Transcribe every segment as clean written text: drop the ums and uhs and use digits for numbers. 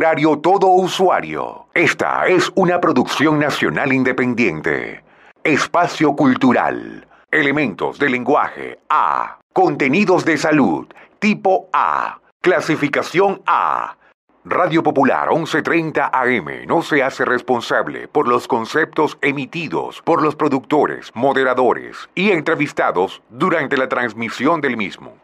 horario todo usuario. Esta es una producción nacional independiente. Espacio cultural. Elementos de lenguaje A. Contenidos de salud tipo A. Clasificación A. Radio Popular 1130 AM no se hace responsable por los conceptos emitidos por los productores, moderadores y entrevistados durante la transmisión del mismo.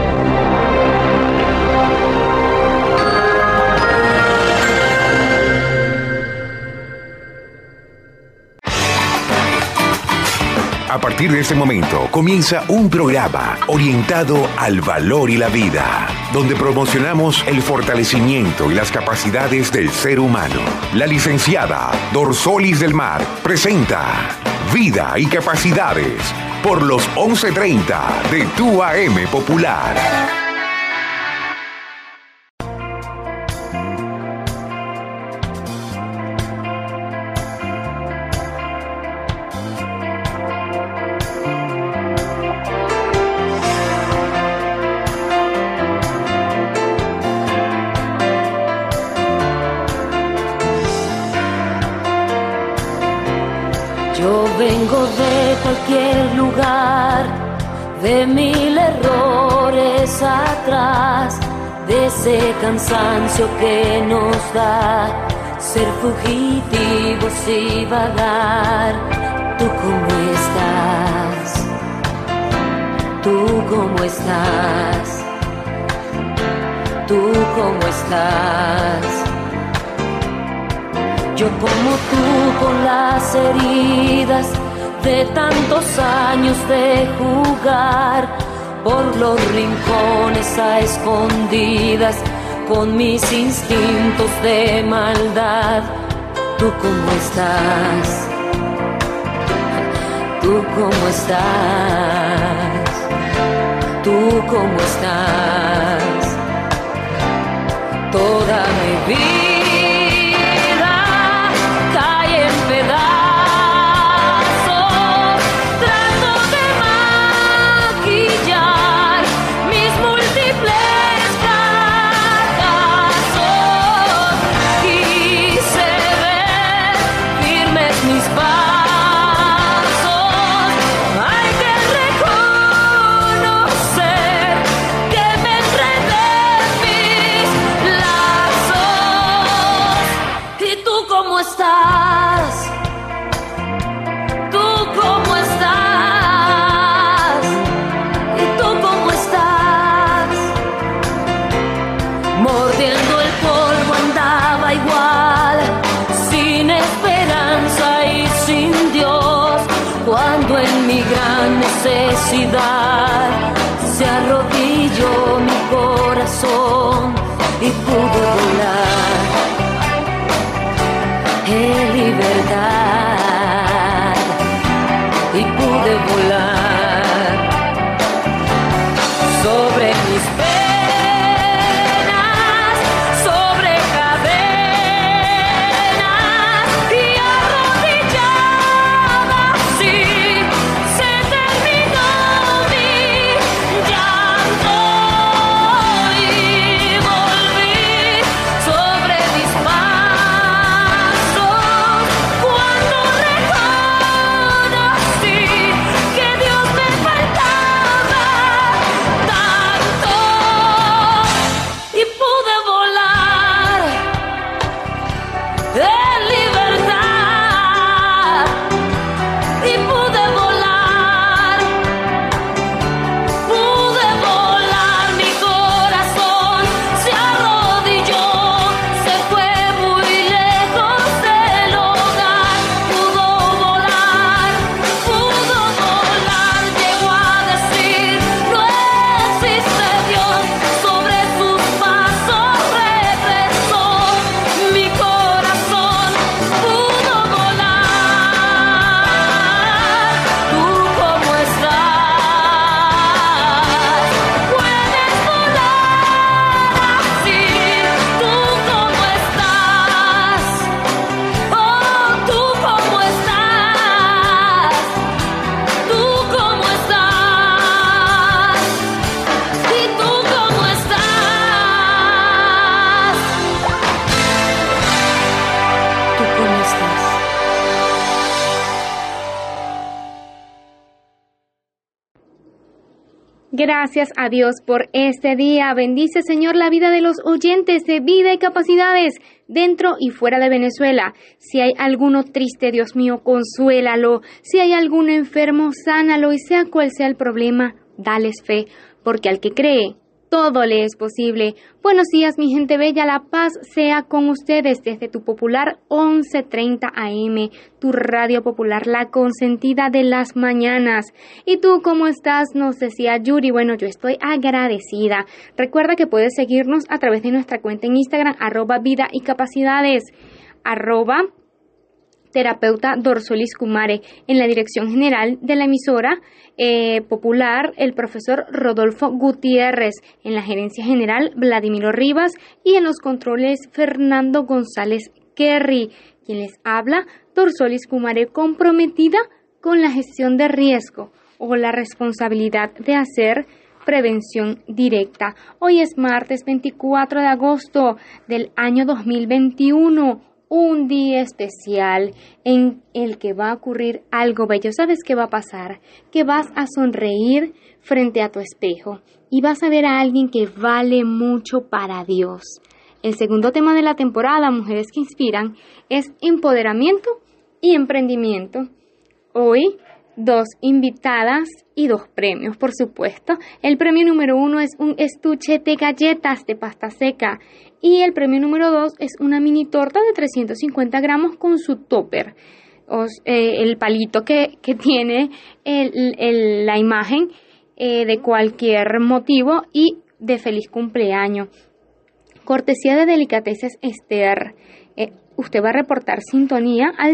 A partir de este momento comienza un programa orientado al valor y la vida, donde promocionamos el fortalecimiento y las capacidades del ser humano. La licenciada Dorsolis del Mar presenta Vida y Capacidades por los 1130 de tu AM Popular. Vengo de cualquier lugar, de 1000 errores atrás, de ese cansancio que nos da ser fugitivos y vagar. ¿Tú cómo estás? ¿Tú cómo estás? ¿Tú cómo estás? Yo como tú con las heridas de tantos años de jugar por los rincones a escondidas con mis instintos de maldad. ¿Tú cómo estás? ¿Tú cómo estás? ¿Tú cómo estás? Toda mi vida necesidad, se arrodilló mi corazón y pude volar en libertad y pude volar sobre mis penas, sobre cadenas y arrodillada así. Que Dios Gracias a Dios por este día. Bendice, Señor, la vida de los oyentes de Vida y Capacidades dentro y fuera de Venezuela. Si hay alguno triste, Dios mío, consuélalo. Si hay alguno enfermo, sánalo. Y sea cual sea el problema, dales fe, porque al que cree, todo le es posible. Buenos días, mi gente bella. La paz sea con ustedes desde tu popular 11:30 AM, tu radio popular, la consentida de las mañanas. ¿Y tú cómo estás? Nos decía Yuri. Bueno, yo estoy agradecida. Recuerda que puedes seguirnos a través de nuestra cuenta en Instagram, @vida y capacidades, terapeuta Dorsolis Kumare, en la dirección general de la emisora popular, el profesor Rodolfo Gutiérrez, en la gerencia general Vladimiro Rivas y en los controles Fernando González Kerry. Quien les habla, Dorsolis Kumare, comprometida con la gestión de riesgo o la responsabilidad de hacer prevención directa. Hoy es martes 24 de agosto del año 2021. Un día especial en el que va a ocurrir algo bello. ¿Sabes qué va a pasar? Que vas a sonreír frente a tu espejo y vas a ver a alguien que vale mucho para Dios. El segundo tema de la temporada, Mujeres que Inspiran, es empoderamiento y emprendimiento. Hoy, 2 invitadas y 2 premios, por supuesto. El premio número 1 es un estuche de galletas de pasta seca. Y el premio número 2 es una mini torta de 350 gramos con su topper. El palito que tiene la imagen de cualquier motivo y de feliz cumpleaños. Cortesía de Delicateces Esther. Usted va a reportar sintonía al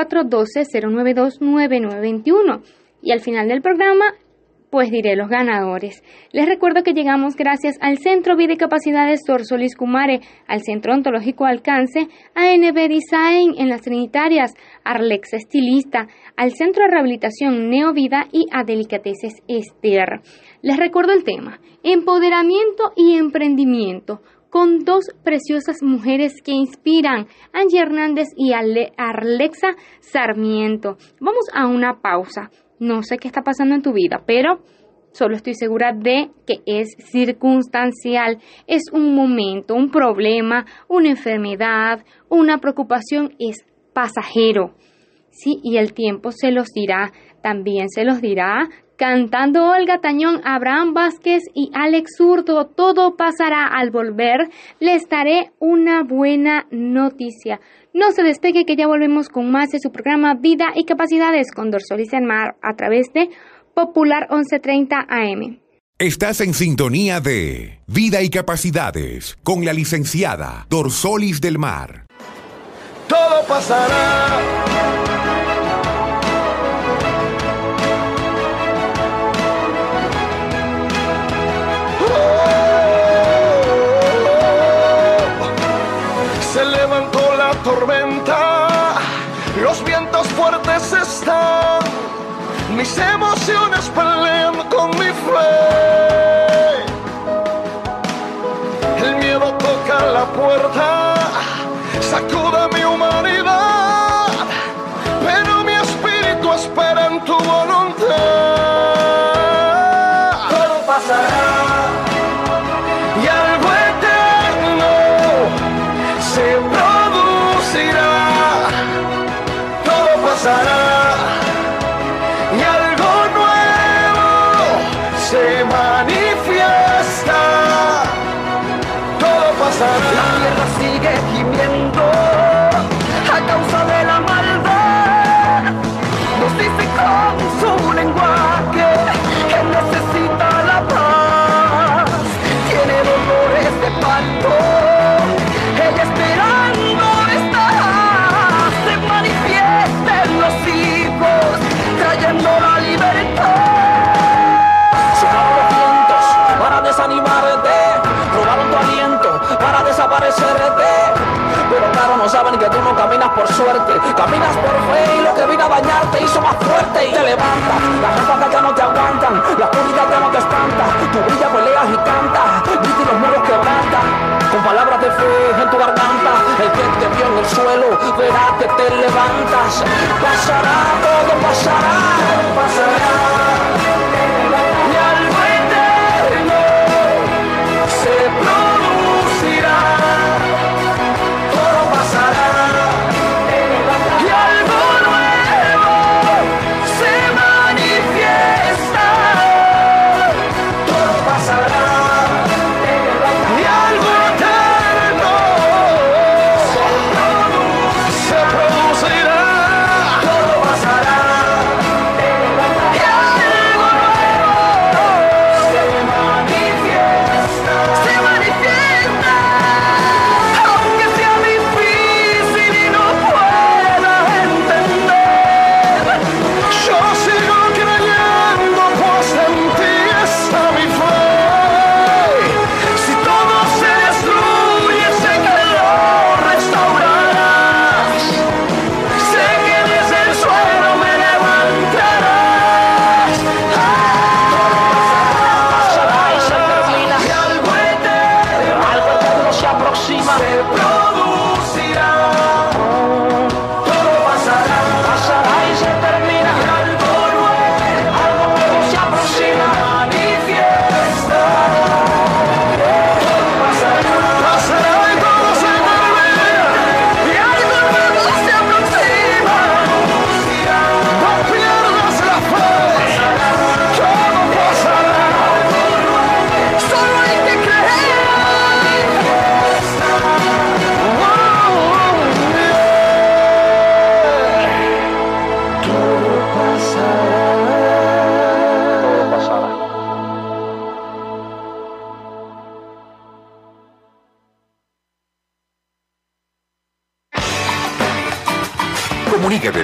0412-092-9921. Y al final del programa, pues diré los ganadores. Les recuerdo que llegamos gracias al Centro Vida y Capacidades Dorsolis Kumare, al Centro Ontológico Alcance, a NB Design en las Trinitarias, Arlexa Estilista, al Centro de Rehabilitación Neovida y a Delicateces Esther. Les recuerdo el tema, empoderamiento y emprendimiento, con 2 preciosas mujeres que inspiran, Angie Hernández y Arlexa Sarmiento. Vamos a una pausa. No sé qué está pasando en tu vida, pero solo estoy segura de que es circunstancial. Es un momento, un problema, una enfermedad, una preocupación, es pasajero. Sí, y el tiempo se los dirá. También se los dirá cantando Olga Tañón, Abraham Vázquez y Alex Zurdo. Todo pasará. Al volver les daré una buena noticia. No se despegue, que ya volvemos con más de su programa Vida y Capacidades con Dorsolis del Mar a través de Popular 11:30 AM. Estás en sintonía de Vida y Capacidades con la licenciada Dorsolis del Mar. Todo pasará. Se levantó la tormenta, los vientos fuertes están, mis emociones pelean con mi fe. El miedo toca la puerta, sacude mi humanidad, pero mi espíritu espera en tu voluntad. Todo pasará. Y algo nuevo se manifiesta. Todo pasará. La tierra sigue gimiendo a causa de la maldad. Nos dice con su lenguaje que necesita la paz. Tiene dolores de parto, ella esperando está. Se manifiesta los hijos, trayendo la libertad. Soplaron los vientos para desanimarte, robaron tu aliento para desaparecerte. Pero claro, no saben que tú no caminas por suerte, caminas por fe, y lo que vino a dañarte hizo más fuerte y te levanta. Las ráfagas ya no te aguantan, la oscuridad ya no te espanta. Tu brilla, peleas y cantas, grita y los muros quebrantan. Con palabras de fe en tu garganta, el que te vio en el suelo verá que te levantas. Pasará, todo pasará, pasará. Y algo eterno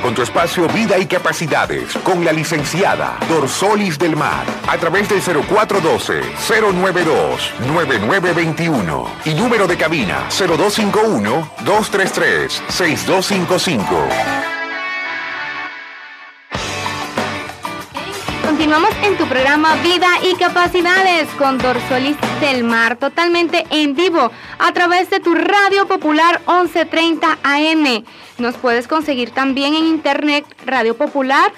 con tu espacio Vida y Capacidades con la licenciada Dorsolis del Mar a través del 0412-092-9921 y número de cabina 0251-233-6255. Continuamos en tu programa Vida y Capacidades con Dorsolis del Mar, totalmente en vivo a través de tu Radio Popular 1130 AM. Nos puedes conseguir también en internet Radio Popular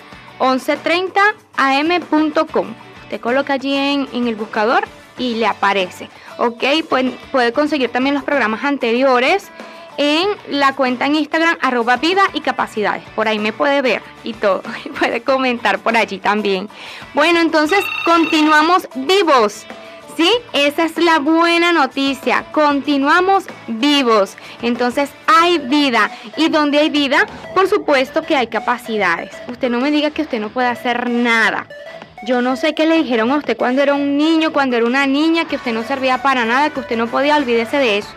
1130am.com. Te coloca allí en el buscador y le aparece. Ok, puede conseguir también los programas anteriores en la cuenta en Instagram @Vida y Capacidades. Por ahí me puede ver y todo, y puede comentar por allí también. Bueno, entonces continuamos vivos, ¿sí? Esa es la buena noticia, continuamos vivos. Entonces hay vida, y donde hay vida, por supuesto que hay capacidades. Usted no me diga que usted no puede hacer nada. Yo no sé qué le dijeron a usted cuando era un niño, cuando era una niña, que usted no servía para nada, que usted no podía. Olvídese de eso.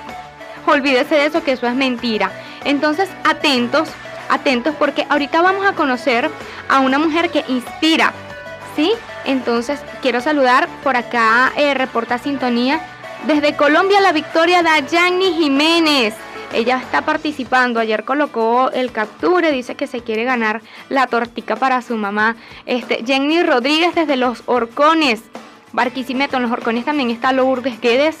Olvídese de eso, que eso es mentira. Entonces, atentos, porque ahorita vamos a conocer a una mujer que inspira, ¿sí? Entonces, quiero saludar por acá, reporta sintonía desde Colombia, la Victoria, Dayani Jiménez. Ella está participando, ayer colocó el capture, dice que se quiere ganar la tortica para su mamá. Jenny Rodríguez desde Los Horcones, Barquisimeto. En Los Horcones también está Lourdes Guedes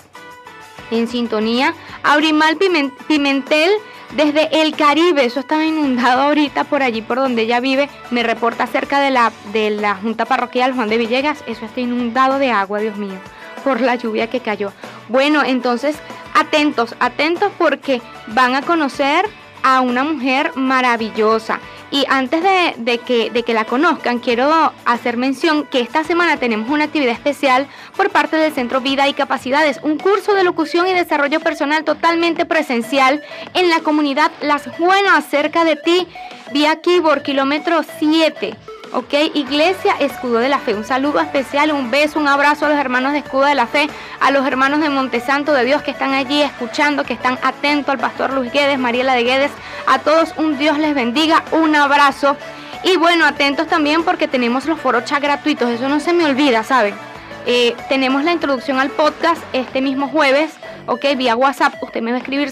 en sintonía. Aurimal Pimentel desde el Caribe, eso estaba inundado ahorita por allí por donde ella vive, me reporta cerca de la Junta Parroquial Juan de Villegas. Eso está inundado de agua, Dios mío, por la lluvia que cayó. Bueno, entonces atentos porque van a conocer a una mujer maravillosa. Y antes de que la conozcan, quiero hacer mención que esta semana tenemos una actividad especial por parte del Centro Vida y Capacidades, un curso de locución y desarrollo personal totalmente presencial en la comunidad Las Juanas, cerca de ti, vía Keyboard, kilómetro 7. Ok, Iglesia Escudo de la Fe. Un saludo especial, un beso, un abrazo a los hermanos de Escudo de la Fe, a los hermanos de Montesanto de Dios que están allí escuchando, que están atentos, al pastor Luis Guedes, Mariela de Guedes, a todos un Dios les bendiga, un abrazo. Y bueno, atentos también porque tenemos los foros chat gratuitos, eso no se me olvida, ¿saben? Tenemos la introducción al podcast este mismo jueves, ok, vía WhatsApp. Usted me va a escribir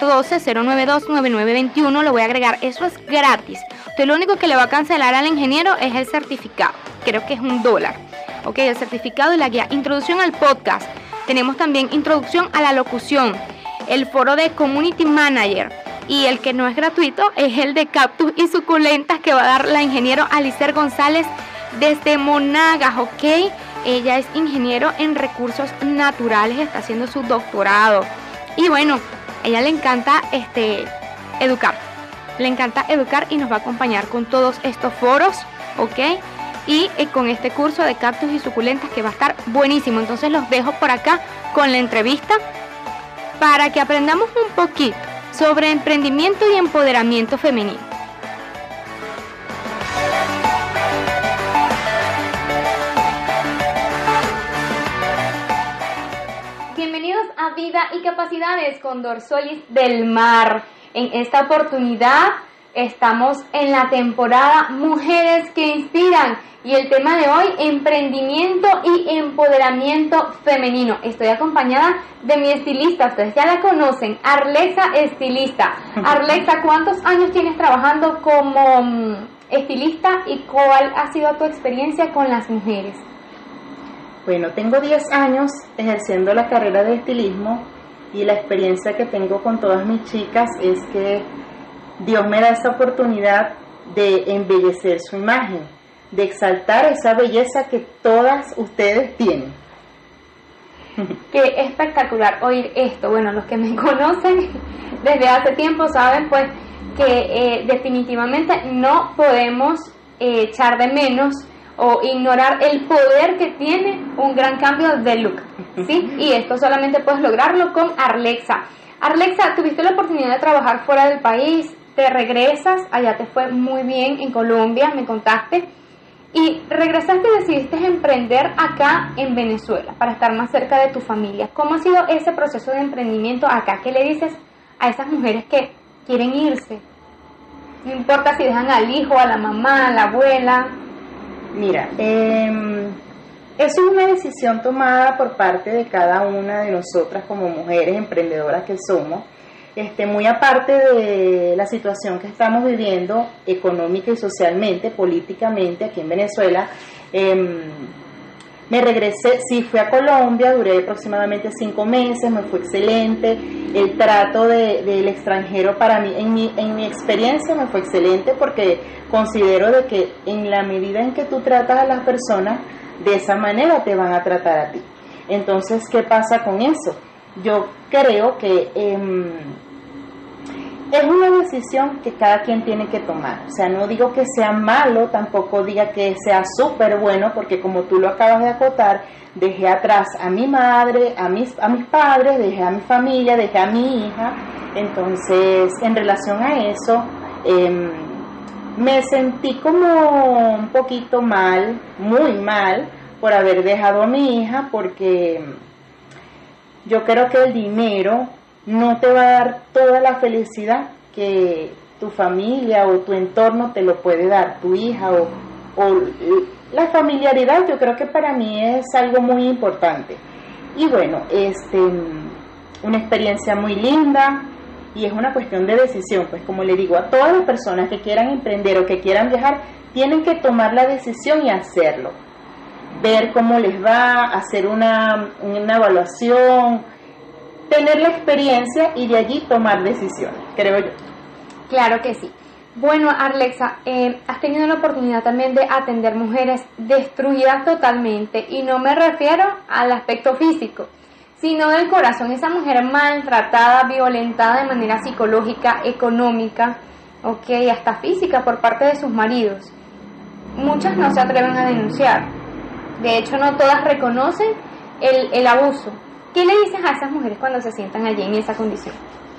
0412-092-9921, lo voy a agregar, eso es gratis. Usted lo único que le va a cancelar al ingeniero es el certificado, creo que es $1, ok, el certificado y la guía. Introducción al podcast, tenemos también introducción a la locución, el foro de Community Manager, y el que no es gratuito es el de Cactus y Suculentas que va a dar la ingeniero Alicer González desde Monagas, ok. Ella es ingeniero en recursos naturales, está haciendo su doctorado. Y bueno, ella le encanta educar. Le encanta educar y nos va a acompañar con todos estos foros, ¿ok? Y con este curso de Cactus y Suculentas que va a estar buenísimo. Entonces los dejo por acá con la entrevista para que aprendamos un poquito sobre emprendimiento y empoderamiento femenino. Bienvenidos a Vida y Capacidades con Dorsolis del Mar. En esta oportunidad estamos en la temporada Mujeres que Inspiran y el tema de hoy, emprendimiento y empoderamiento femenino. Estoy acompañada de mi estilista, ustedes ya la conocen, Arlexa Estilista. Arlexa, ¿cuántos años tienes trabajando como estilista y cuál ha sido tu experiencia con las mujeres? Bueno, tengo 10 años ejerciendo la carrera de estilismo y la experiencia que tengo con todas mis chicas es que Dios me da esa oportunidad de embellecer su imagen, de exaltar esa belleza que todas ustedes tienen. Qué espectacular oír esto. Bueno, los que me conocen desde hace tiempo saben pues que definitivamente no podemos echar de menos o ignorar el poder que tiene un gran cambio de look, ¿sí? Y esto solamente puedes lograrlo con Arlexa. Arlexa, tuviste la oportunidad de trabajar fuera del país, te regresas, allá te fue muy bien en Colombia, me contaste, y regresaste y decidiste emprender acá en Venezuela para estar más cerca de tu familia. ¿Cómo ha sido ese proceso de emprendimiento acá? ¿Qué le dices a esas mujeres que quieren irse? No importa si dejan al hijo, a la mamá, a la abuela. Mira, eso es una decisión tomada por parte de cada una de nosotras como mujeres emprendedoras que somos. Muy aparte de la situación que estamos viviendo económica y socialmente, políticamente aquí en Venezuela, me regresé, sí fui a Colombia, duré aproximadamente 5 meses, me fue excelente, el trato del extranjero para mí, en mi experiencia me fue excelente porque considero de que en la medida en que tú tratas a las personas, de esa manera te van a tratar a ti. Entonces, ¿qué pasa con eso? Yo creo que es una decisión que cada quien tiene que tomar. O sea, no digo que sea malo, tampoco diga que sea súper bueno, porque como tú lo acabas de acotar, dejé atrás a mi madre, a mis padres, dejé a mi familia, dejé a mi hija. Entonces, en relación a eso, me sentí como un poquito mal, muy mal, por haber dejado a mi hija, porque yo creo que el dinero no te va a dar toda la felicidad que tu familia o tu entorno te lo puede dar, tu hija o la familiaridad. Yo creo que para mí es algo muy importante. Y bueno, una experiencia muy linda y es una cuestión de decisión. Pues como le digo a todas las personas que quieran emprender o que quieran viajar, tienen que tomar la decisión y hacerlo. Ver cómo les va, hacer una evaluación, tener la experiencia y de allí tomar decisiones, creo yo. Claro que sí. Bueno, Arlexa, has tenido la oportunidad también de atender mujeres destruidas totalmente, y no me refiero al aspecto físico, sino del corazón. Esa mujer maltratada, violentada de manera psicológica, económica, hasta física por parte de sus maridos. Muchas no se atreven a denunciar. De hecho, no todas reconocen el abuso. ¿Qué le dices a esas mujeres cuando se sientan allí en esa condición?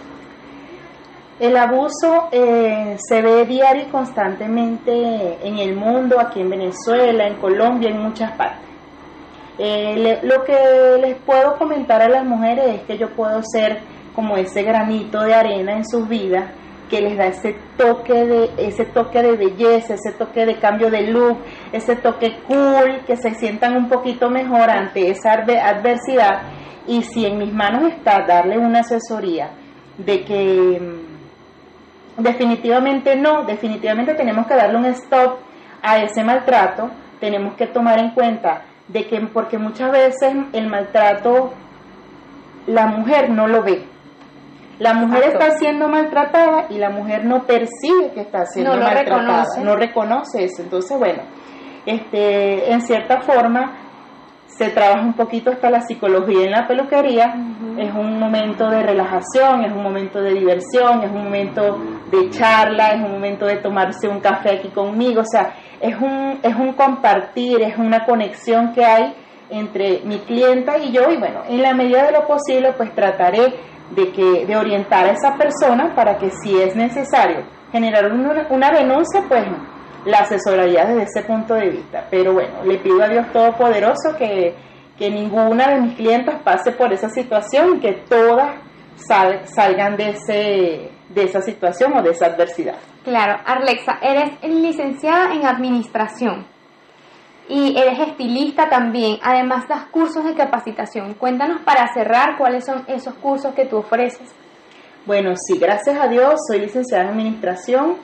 El abuso se ve diario y constantemente en el mundo, aquí en Venezuela, en Colombia, en muchas partes. Lo que les puedo comentar a las mujeres es que yo puedo ser como ese granito de arena en sus vidas, que les da ese toque de belleza, ese toque de cambio de look, ese toque cool, que se sientan un poquito mejor ante esa adversidad. Y si en mis manos está darle una asesoría de que definitivamente tenemos que darle un stop a ese maltrato, tenemos que tomar en cuenta de que, porque muchas veces el maltrato la mujer no lo ve. La mujer está siendo maltratada y la mujer no percibe que está siendo maltratada, no reconoce eso. Entonces, bueno, en cierta forma se trabaja un poquito hasta la psicología en la peluquería. Es un momento de relajación, es un momento de diversión, es un momento de charla, es un momento de tomarse un café aquí conmigo. O sea, es un compartir, es una conexión que hay entre mi clienta y yo. Y bueno, en la medida de lo posible, pues trataré de orientar a esa persona para que, si es necesario generar una denuncia, pues la asesoraría desde ese punto de vista. Pero bueno, le pido a Dios Todopoderoso que ninguna de mis clientas pase por esa situación y que todas salgan de esa situación o de esa adversidad. Claro, Arlexa, eres licenciada en administración y eres estilista también, además das cursos de capacitación. Cuéntanos, para cerrar, cuáles son esos cursos que tú ofreces. Bueno, sí, gracias a Dios soy licenciada en administración.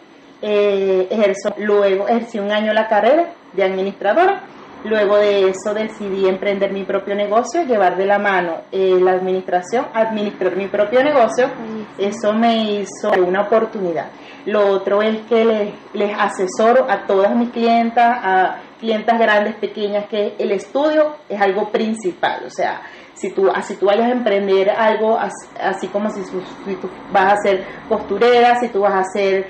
Ejercí un año la carrera de administradora. Luego de eso decidí emprender mi propio negocio, llevar de la mano la administración, administrar mi propio negocio. Eso me hizo una oportunidad. Lo otro es que les asesoro a todas mis clientas, a clientas grandes, pequeñas, que el estudio es algo principal. O sea, si tú vayas a emprender algo, así como si tú vas a ser costurera, si tú vas a hacer,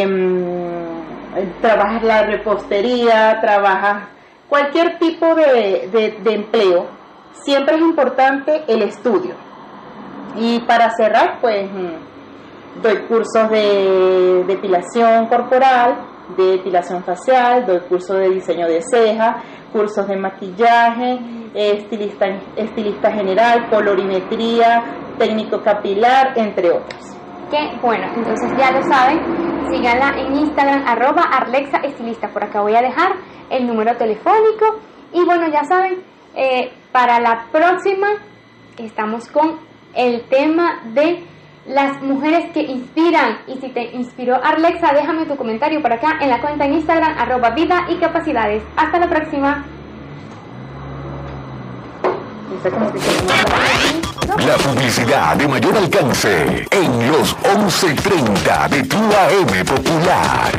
trabajas la repostería, trabajas cualquier tipo de empleo, siempre es importante el estudio. Y para cerrar, pues doy cursos de depilación corporal, de depilación facial, doy cursos de diseño de ceja, cursos de maquillaje, estilista general, colorimetría, técnico capilar, entre otros. Bueno, entonces ya lo saben, Síganla en Instagram, @arlexaestilista. Por acá voy a dejar el número telefónico. Y bueno, ya saben, para la próxima estamos con el tema de las mujeres que inspiran. Y si te inspiró Arlexa, déjame tu comentario por acá en la cuenta en Instagram, @vida y capacidades. Hasta la próxima. La publicidad de mayor alcance en los 11:30 de tu AM Popular.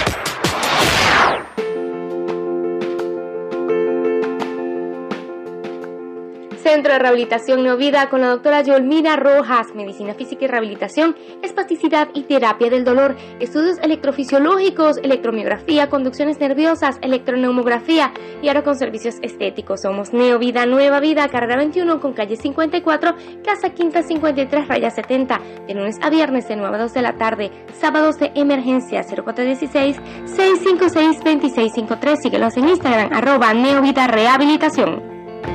Centro de Rehabilitación Neovida con la doctora Yolmira Rojas, Medicina Física y Rehabilitación, Espasticidad y Terapia del Dolor, estudios electrofisiológicos, electromiografía, conducciones nerviosas, electroneumografía y ahora con servicios estéticos. Somos Neovida, Nueva Vida, carrera 21 con calle 54, casa Quinta 53, raya 70, de lunes a viernes de 9 a 2 de la tarde, sábados de emergencia 0416-656-2653. Síguelos en Instagram, @Neovida Rehabilitación.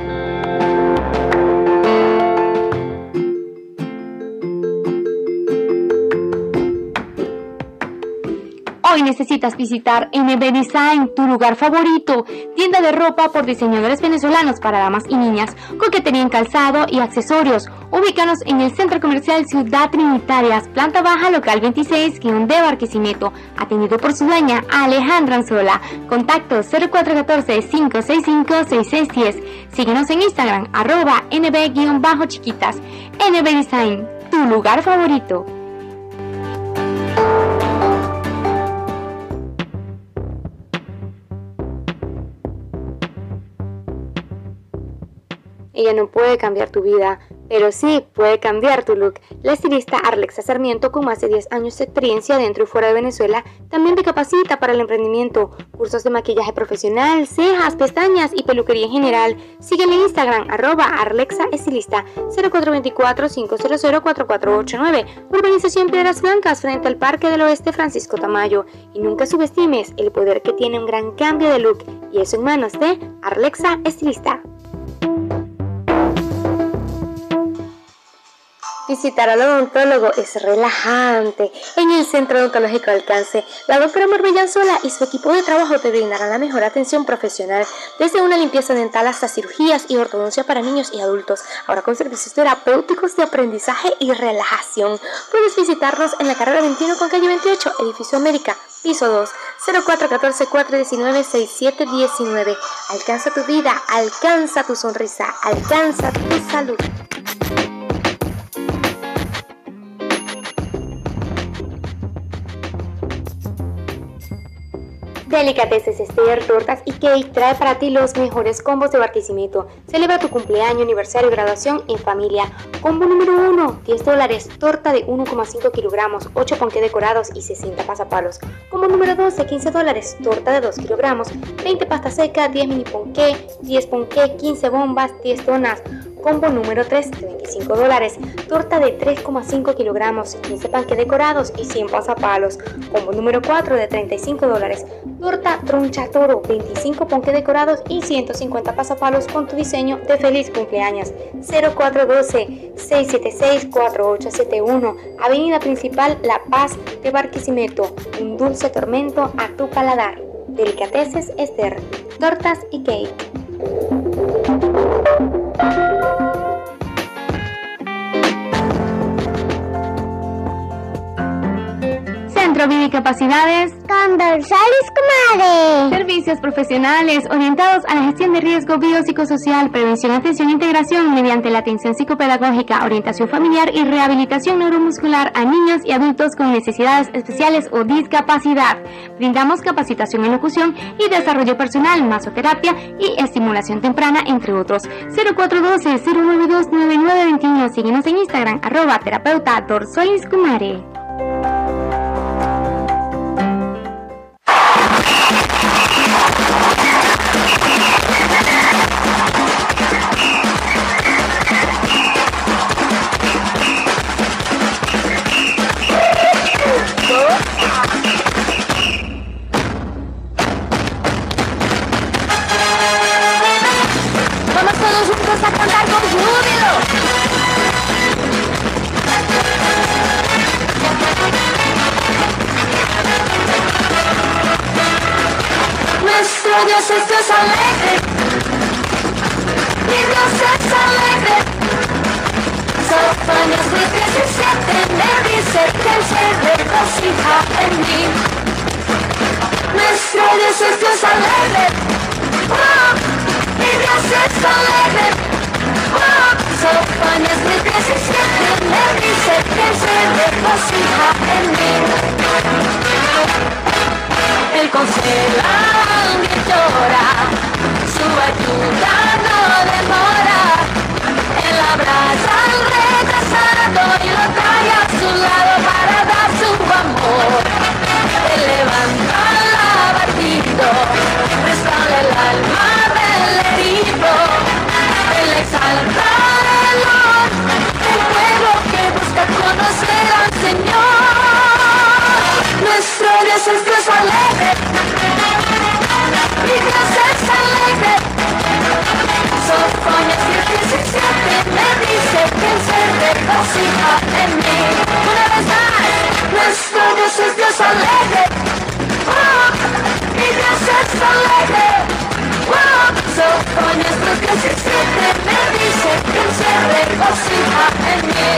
Hoy necesitas visitar NB Design, tu lugar favorito, tienda de ropa por diseñadores venezolanos para damas y niñas, coquetería en calzado y accesorios. Ubícanos en el Centro Comercial Ciudad Trinitarias, planta baja, local 26-D Barquisimeto, atendido por su dueña Alejandra Anzola. Contacto 0414-565-6610. Síguenos en Instagram, @NB_chiquitas. NB Design, tu lugar favorito. Ella no puede cambiar tu vida, pero sí puede cambiar tu look. La estilista Arlexa Sarmiento, con más de 10 años de experiencia dentro y fuera de Venezuela, también te capacita para el emprendimiento, cursos de maquillaje profesional, cejas, pestañas y peluquería en general. Síguele en Instagram, @ArlexaEstilista, 0424-500-4489, Urbanización Piedras Blancas, frente al Parque del Oeste Francisco Tamayo. Y nunca subestimes el poder que tiene un gran cambio de look, y eso en manos de Arlexa Estilista. Visitar al odontólogo es relajante. En el Centro Odontológico Alcance, la doctora Marbella Anzola y su equipo de trabajo te brindarán la mejor atención profesional, desde una limpieza dental hasta cirugías y ortodoncia para niños y adultos, ahora con servicios terapéuticos de aprendizaje y relajación. Puedes visitarnos en la carrera 21 con calle 28, edificio América, piso 2, 0414-419-6719. Alcanza tu vida, alcanza tu sonrisa, alcanza tu salud. Delicateces Esther, Tortas y Cake trae para ti los mejores combos de Barquisimeto. Celebra tu cumpleaños, aniversario y graduación en familia. Combo número 1, $10, torta de 1,5 kilogramos, 8 ponqués decorados y 60 pasapalos. Combo número 2 de $15, torta de 2 kilogramos, 20 pasta seca, 10 mini ponqué, 10 ponqué, 15 bombas, 10 donas. Combo número 3 de $25, torta de 3,5 kilogramos, 15 panqués decorados y 100 pasapalos. Combo número 4 de $35, torta troncha toro, 25 ponqués decorados y 150 pasapalos con tu diseño de feliz cumpleaños. 0412-676-4871, Avenida Principal La Paz de Barquisimeto. Un dulce tormento a tu paladar. Delicateces Esther, tortas y cake. Centro Vida y Capacidades con Dorsalis Kumare. Servicios profesionales orientados a la gestión de riesgo biopsicosocial, prevención, atención e integración mediante la atención psicopedagógica, orientación familiar y rehabilitación neuromuscular a niños y adultos con necesidades especiales o discapacidad. Brindamos capacitación en locución y desarrollo personal, masoterapia y estimulación temprana, entre otros. 0412-092-9921. Síguenos en Instagram, @terapeuta Dorsalis Kumare. Vamos todos juntos a cantar con júbilo. Dios es Dios alegre, mi Dios es alegre. Sofonías 3:17 me dice que Él se regocija en mí. Nuestro Dios es Dios alegre, oh, mi Dios es alegre, oh. Sofonías 3:17 me dice que Él se regocija en mí. Él consuela al que llora, su ayuda no demora. Él abraza al rechazado y lo trae a su lado para dar su amor. Él levanta al abatido, restaura el alma del herido. Él exalta el honor, el pueblo que busca conocer al Señor. Nuestro Dios es Dios alegre, mi Dios es alegre. Sofonías 3:17 me dice que Él se regocija en mí. Una vez más, nuestro Dios es Dios alegre, oh, mi Dios es alegre, oh. Sofonías 3:17 me dice que Él se regocija en mí.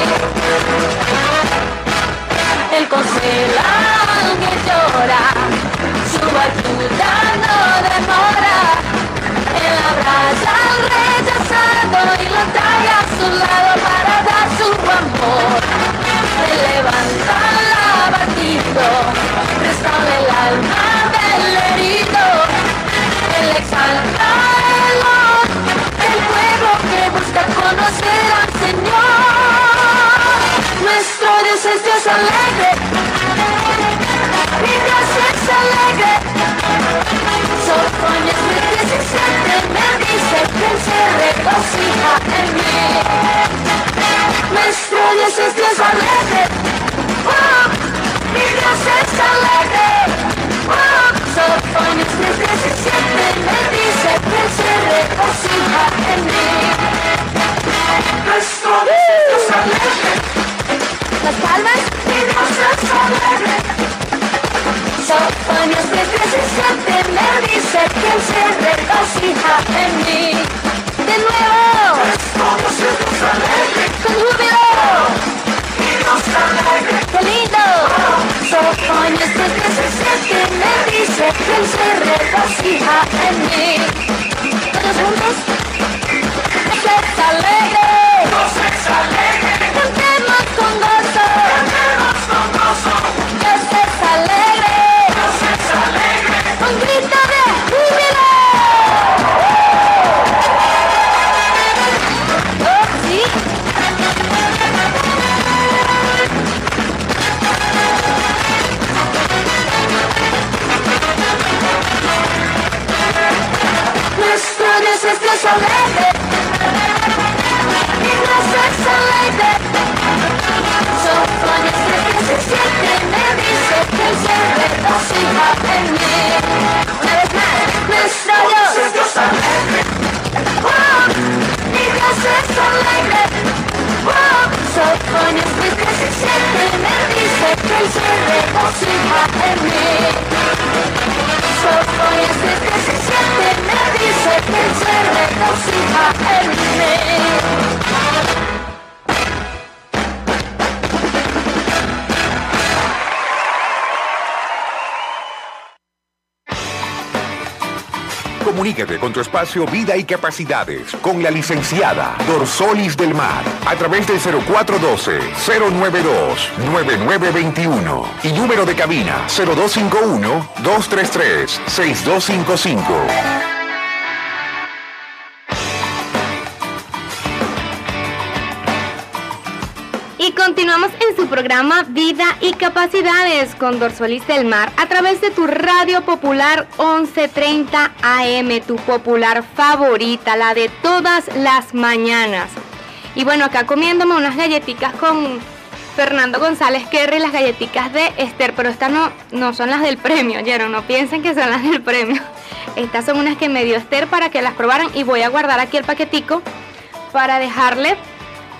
Él consuela al que llora, su ayuda no demora. Él abraza al rechazado y lo trae a su lado para dar su amor. Él levanta al abatido, restaura el alma del herido. Él exalta el honor, el pueblo que busca conocer al Señor. Nuestro Dios es Dios alegre, mi Dios es alegre. Sofonías 3:17 me dice que Él se regocija en mí. Nuestro Dios es Dios alegre, oh, mi Dios es alegre, oh. Sofonías 3:17 me dice que Él se regocija en mí. Nuestro Dios es Dios alegre. Las palmas, mi Dios es alegre. Sofonías 3:17 me dice que Él se regocija en mí. De nuevo, nuestro Dios es Dios alegre, con júbilo, mi Dios alegre, qué lindo. Sofonías 3:17 me dice que Él se regocija en mí. Todos juntos, Dios es alegre, Dios es alegre. Cantemos con gozo, cantemos con gozo. Dios es alegre, Dios es alegre. Un grito de júbilo. Oh, sí. Nuestro Dios es Dios alegre, mi Dios es alegre. Sofonías 3:17 me dice que Él se regocija en mí. Una vez más, nuestro Dios es Dios alegre, oh, mi Dios es alegre, oh. Sofonías 3:17 me dice que Él se regocija en mí. Sofonías 3:17 me dice que Él se regocija en mí. Comuníquete con tu espacio Vida y Capacidades con la licenciada Dorsolis del Mar a través del 0412-092-9921 y número de cabina 0251-233-6255. Y continuamos en su programa Vida y Capacidades con Dorsolis del Mar a través de tu radio popular 1130 AM, tu popular favorita, la de todas las mañanas. Y bueno, acá comiéndome unas galletitas con Fernando González Kerry, las galletitas de Esther, pero estas no son las del premio, ¿oyeron? No piensen que son las del premio. Estas son unas que me dio Esther para que las probaran y voy a guardar aquí el paquetico para dejarle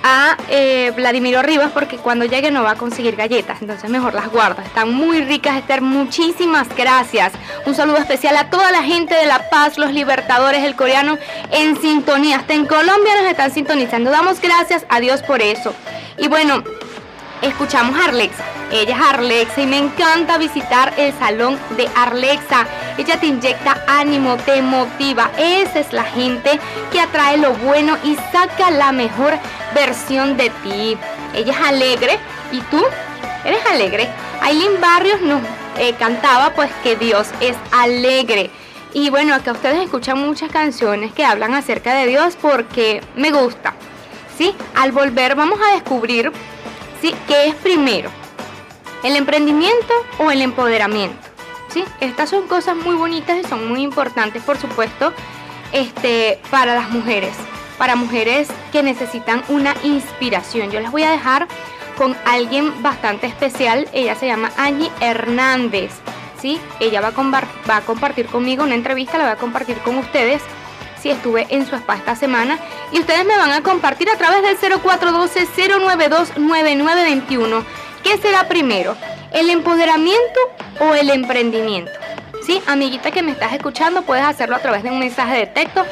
a Vladimiro Rivas porque cuando llegue no va a conseguir galletas, entonces mejor las guarda. Están muy ricas, Esther, muchísimas gracias. Un saludo especial a toda la gente de La Paz, los Libertadores, el coreano en sintonía. Hasta en Colombia nos están sintonizando. Damos gracias a Dios por eso. Y bueno, escuchamos a Arlexa. Ella es Arlexa y me encanta visitar el salón de Arlexa. Ella te inyecta ánimo, te motiva. Esa es la gente que atrae lo bueno y saca la mejor versión de ti. Ella es alegre y tú eres alegre. Ailín Barrios nos cantaba pues que Dios es alegre. Y bueno, acá ustedes escuchan muchas canciones que hablan acerca de Dios porque me gusta. ¿Sí? Al volver vamos a descubrir, ¿sí?, qué es primero, el emprendimiento o el empoderamiento. ¿Sí? Estas son cosas muy bonitas y son muy importantes, por supuesto, para las mujeres, para mujeres que necesitan una inspiración. Yo les voy a dejar con alguien bastante especial. Ella se llama Angie Hernández. ¿Sí? Ella va a compartir conmigo una entrevista, la voy a compartir con ustedes. Sí, estuve en su spa esta semana y ustedes me van a compartir a través del 0412-092-9921. ¿Qué será primero? ¿El empoderamiento o el emprendimiento? Sí, amiguita que me estás escuchando, puedes hacerlo a través de un mensaje de texto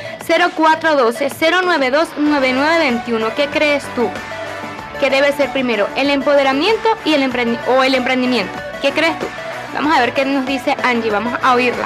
0412-092-9921. ¿Qué crees tú? ¿Qué debe ser primero? ¿El empoderamiento y el emprendimiento? ¿Qué crees tú? Vamos a ver qué nos dice Angie, vamos a oírla.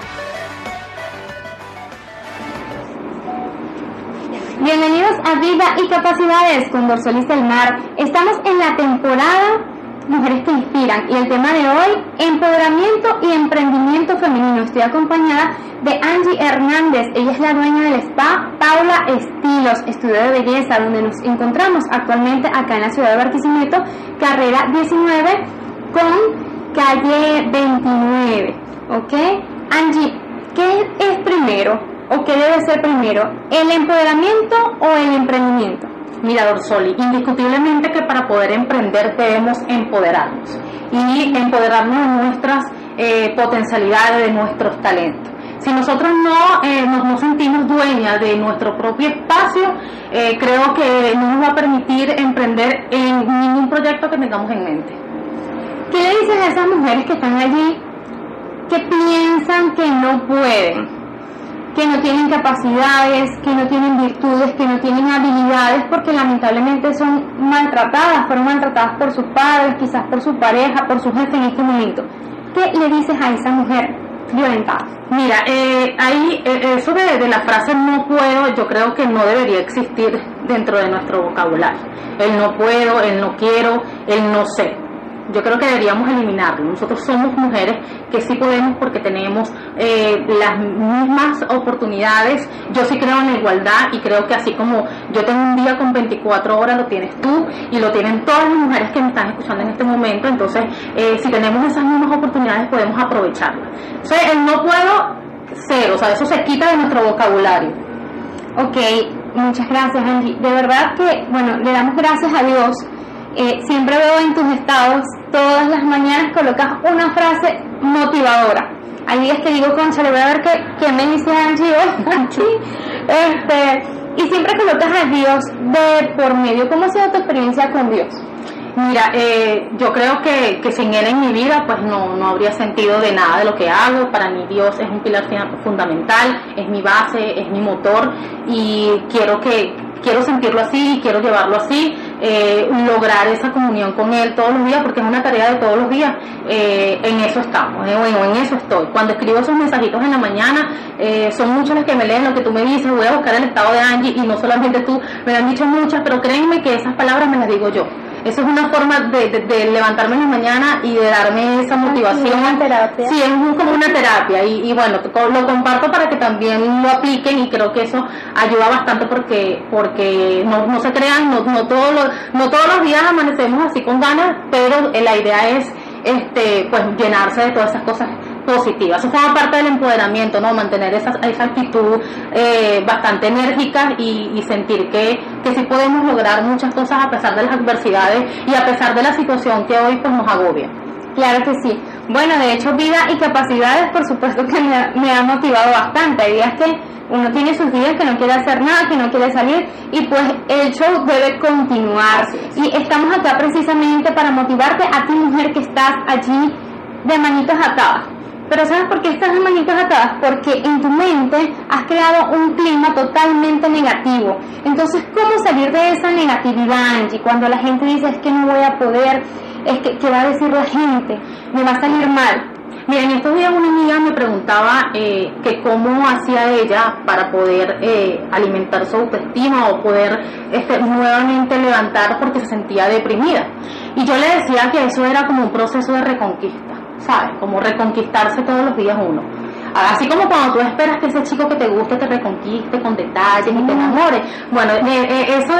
Bienvenidos a Vida y Capacidades con Dorsolis del Mar. Estamos en la temporada Mujeres que Inspiran y el tema de hoy, empoderamiento y emprendimiento femenino. Estoy acompañada de Angie Hernández. Ella es la dueña del spa Paula Estilos, estudio de belleza, donde nos encontramos actualmente acá en la ciudad de Barquisimeto, carrera 19 con calle 29. ¿Ok? Angie, ¿qué es primero o qué debe ser primero, el empoderamiento o el emprendimiento? Mira, Dorsoli, indiscutiblemente que para poder emprender debemos empoderarnos y empoderarnos de nuestras potencialidades, de nuestros talentos. Si nosotros no sentimos dueñas de nuestro propio espacio, creo que no nos va a permitir emprender en ningún proyecto que tengamos en mente. ¿Qué le dices a esas mujeres que están allí, que piensan que no pueden, que no tienen capacidades, que no tienen virtudes, que no tienen habilidades, porque lamentablemente son maltratadas, fueron maltratadas por sus padres, quizás por su pareja, por su jefe en este momento? ¿Qué le dices a esa mujer violentada? Mira, eso de la frase no puedo, yo creo que no debería existir dentro de nuestro vocabulario. El no puedo, el no quiero, el no sé. Yo creo que deberíamos eliminarlo. Nosotros somos mujeres que sí podemos porque tenemos las mismas oportunidades. Yo sí creo en la igualdad y creo que así como yo tengo un día con 24 horas, lo tienes tú y lo tienen todas las mujeres que me están escuchando en este momento. Entonces, si tenemos esas mismas oportunidades, podemos aprovecharlas. Entonces, el no puedo, cero. O sea, eso se quita de nuestro vocabulario. Ok, muchas gracias, Angie. De verdad que, bueno, le damos gracias a Dios. Siempre veo en tus estados, todas las mañanas colocas una frase motivadora. Hay días que digo, concha, le voy a ver qué me dice Angie hoy. Y siempre colocas a Dios de por medio. ¿Cómo ha sido tu experiencia con Dios? Mira, yo creo que sin Él en mi vida, pues no habría sentido de nada de lo que hago. Para mí Dios es un pilar fundamental, es mi base, es mi motor y quiero sentirlo así y quiero llevarlo así, lograr esa comunión con Él todos los días, porque es una tarea de todos los días. En eso estamos, en eso estoy. Cuando escribo esos mensajitos en la mañana, son muchos los que me leen lo que tú me dices, voy a buscar el estado de Angie, y no solamente tú, me lo han dicho muchas, pero créanme que esas palabras me las digo yo. Eso es una forma de levantarme en la mañana y de darme esa motivación. ¿Una terapia? Sí, es como una terapia y bueno, lo comparto para que también lo apliquen y creo que eso ayuda bastante porque no se crean, no todos los días amanecemos así con ganas, pero la idea es pues llenarse de todas esas cosas positivas. Eso forma parte del empoderamiento, ¿no? Mantener esa actitud bastante enérgica y sentir que sí podemos lograr muchas cosas a pesar de las adversidades y a pesar de la situación que hoy pues nos agobia. Claro que sí. Bueno, de hecho, Vida y Capacidades, por supuesto que me ha motivado bastante. Hay días que Uno tiene sus días que no quiere hacer nada, que no quiere salir, y pues el show debe continuar. Y estamos acá precisamente para motivarte a ti, mujer, que estás allí de manitas atadas. Pero ¿sabes por qué estás de manitas atadas? Porque en tu mente has creado un clima totalmente negativo. Entonces, ¿cómo salir de esa negatividad, Angie? Cuando la gente dice, es que no voy a poder, es que ¿qué va a decir la gente? Me va a salir mal. Mira, en estos días una amiga me preguntaba que cómo hacía ella para poder alimentar su autoestima o poder nuevamente levantar porque se sentía deprimida. Y yo le decía que eso era como un proceso de reconquista, ¿sabes? Como reconquistarse todos los días uno. Así como cuando tú esperas que ese chico que te guste te reconquiste con detalles y te enamore. Bueno, eso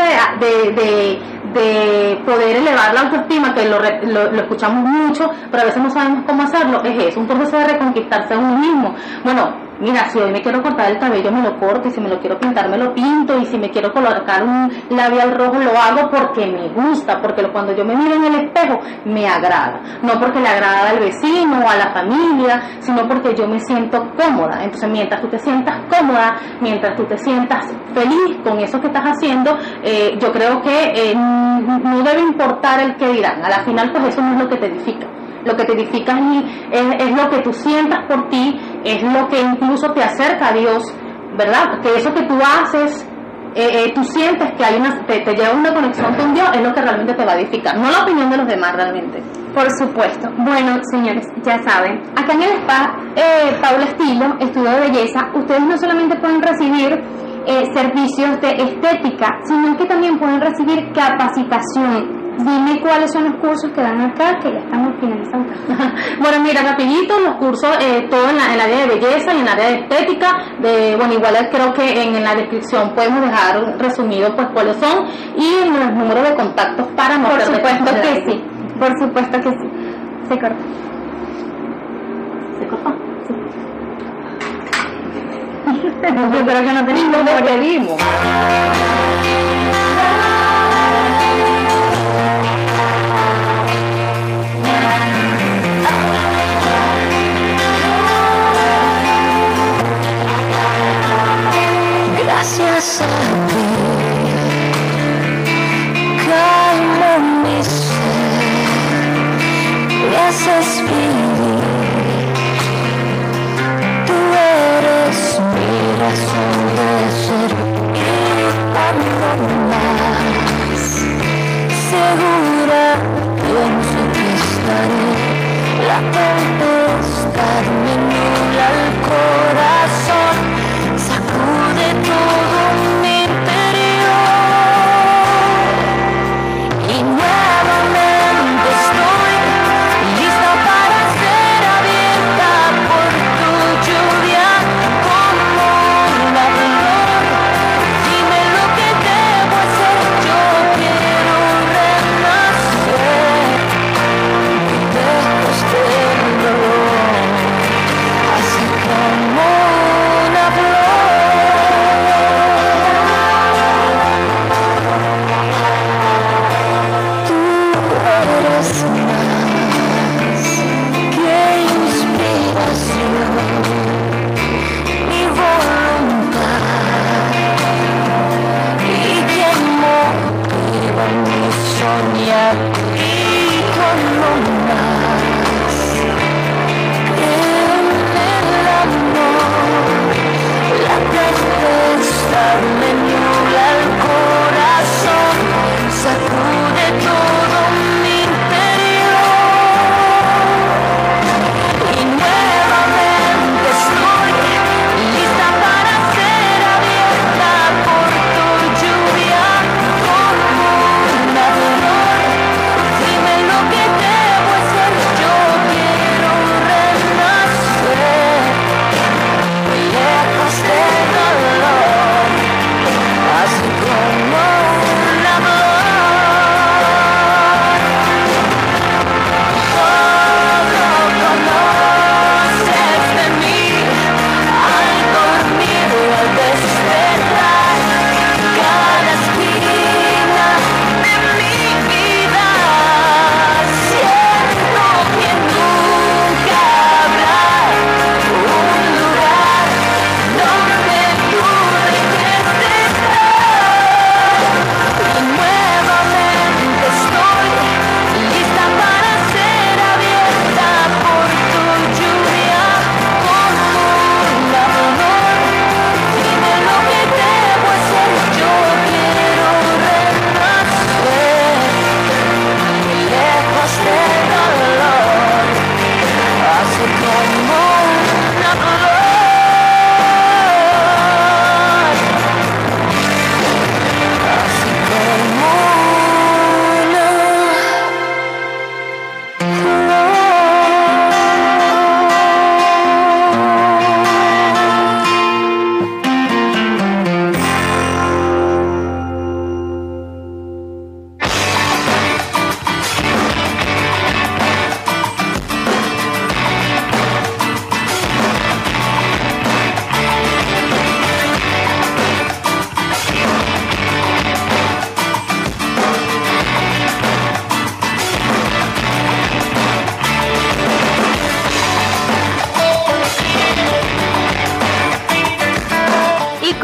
de poder elevar la autoestima, que lo escuchamos mucho, pero a veces no sabemos cómo hacerlo, es eso, un proceso de reconquistarse a uno mismo. Bueno, mira, si hoy me quiero cortar el cabello me lo corto, y si me lo quiero pintar me lo pinto, y si me quiero colocar un labial rojo lo hago porque me gusta, porque cuando yo me miro en el espejo me agrada, no porque le agrada al vecino o a la familia, sino porque yo me siento cómoda. Entonces mientras tú te sientas cómoda, mientras tú te sientas feliz con eso que estás haciendo, yo creo que no debe importar el que dirán. A la final pues eso no es lo que te edifica. Lo que te edifica es lo que tú sientas por ti, es lo que incluso te acerca a Dios, ¿verdad? Que eso que tú haces, tú sientes que hay te lleva una conexión con Dios, es lo que realmente te va a edificar, no la opinión de los demás realmente. Por supuesto. Bueno, señores, ya saben, acá en el spa Paula Estilo, estudio de belleza, ustedes no solamente pueden recibir servicios de estética, sino que también pueden recibir capacitación. Dime cuáles son los cursos que dan acá, que ya estamos finalizando. Bueno, mira, rapidito, los cursos, todo en el área de belleza y en el área de estética, bueno, igual creo que en la descripción podemos dejar resumido pues cuáles son y los números de contactos para no Por perderte supuesto de que ahí. sí, por supuesto que sí. Se corta. ¿Se cortó? Yo creo que no tenemos despedimos. Gracias a ti, calmo mi ser, me haces vivir. Tú eres mi razón de ser y tanto más. Segura pienso que estaré, la tempestad me nubla el corazón, sacude todo mi interior y nuevamente estoy lista para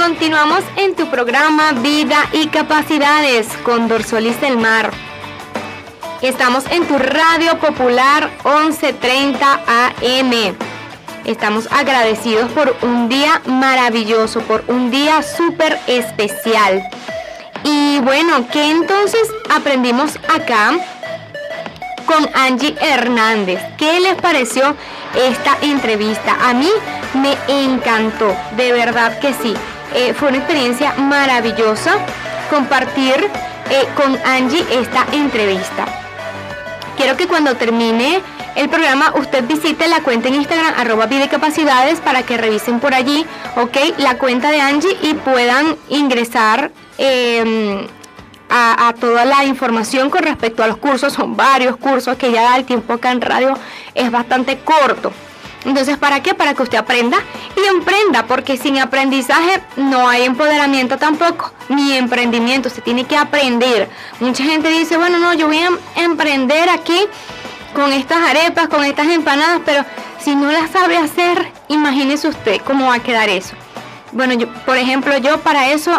continuamos en tu programa Vida y Capacidades con Dorsolis del Mar. Estamos en tu Radio Popular 1130 AM. Estamos agradecidos por un día maravilloso, por un día súper especial. Y bueno, ¿qué entonces aprendimos acá con Angie Hernández? ¿Qué les pareció esta entrevista? A mí me encantó, de verdad que sí. Fue una experiencia maravillosa compartir con Angie esta entrevista. Quiero que cuando termine el programa usted visite la cuenta en Instagram @videcapacidades para que revisen por allí, ok, la cuenta de Angie y puedan ingresar a toda la información con respecto a los cursos. Son varios cursos que ya da. El tiempo acá en radio es bastante corto. Entonces, ¿para qué? Para que usted aprenda y emprenda, porque sin aprendizaje no hay empoderamiento tampoco, ni emprendimiento. Se tiene que aprender. Mucha gente dice, bueno, no, yo voy a emprender aquí con estas arepas, con estas empanadas, pero si no las sabe hacer, imagínese usted cómo va a quedar eso. Bueno, yo, por ejemplo, yo para eso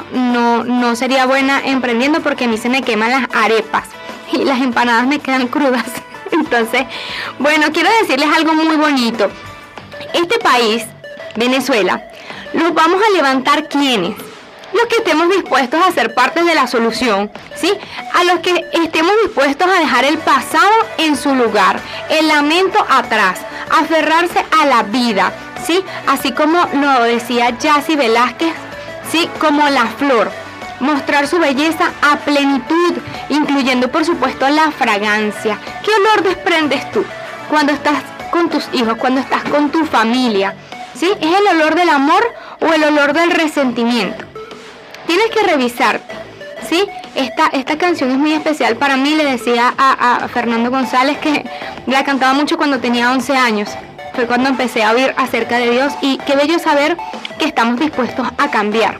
no sería buena emprendiendo, porque a mí se me queman las arepas y las empanadas me quedan crudas. Entonces, bueno, quiero decirles algo muy bonito. Este país, Venezuela, los vamos a levantar ¿quiénes? Los que estemos dispuestos a ser parte de la solución, ¿sí? A los que estemos dispuestos a dejar el pasado en su lugar, el lamento atrás, aferrarse a la vida, ¿sí? Así como lo decía Yacy Velázquez, ¿sí? Como la flor, mostrar su belleza a plenitud, incluyendo por supuesto la fragancia. ¿Qué olor desprendes tú cuando estás con tus hijos, cuando estás con tu familia? ¿Sí? ¿Es el olor del amor o el olor del resentimiento? Tienes que revisarte, ¿sí? Esta canción es muy especial para mí. Le decía a Fernando González que la cantaba mucho cuando tenía 11 años. Fue cuando empecé a oír acerca de Dios, y qué bello saber que estamos dispuestos a cambiar.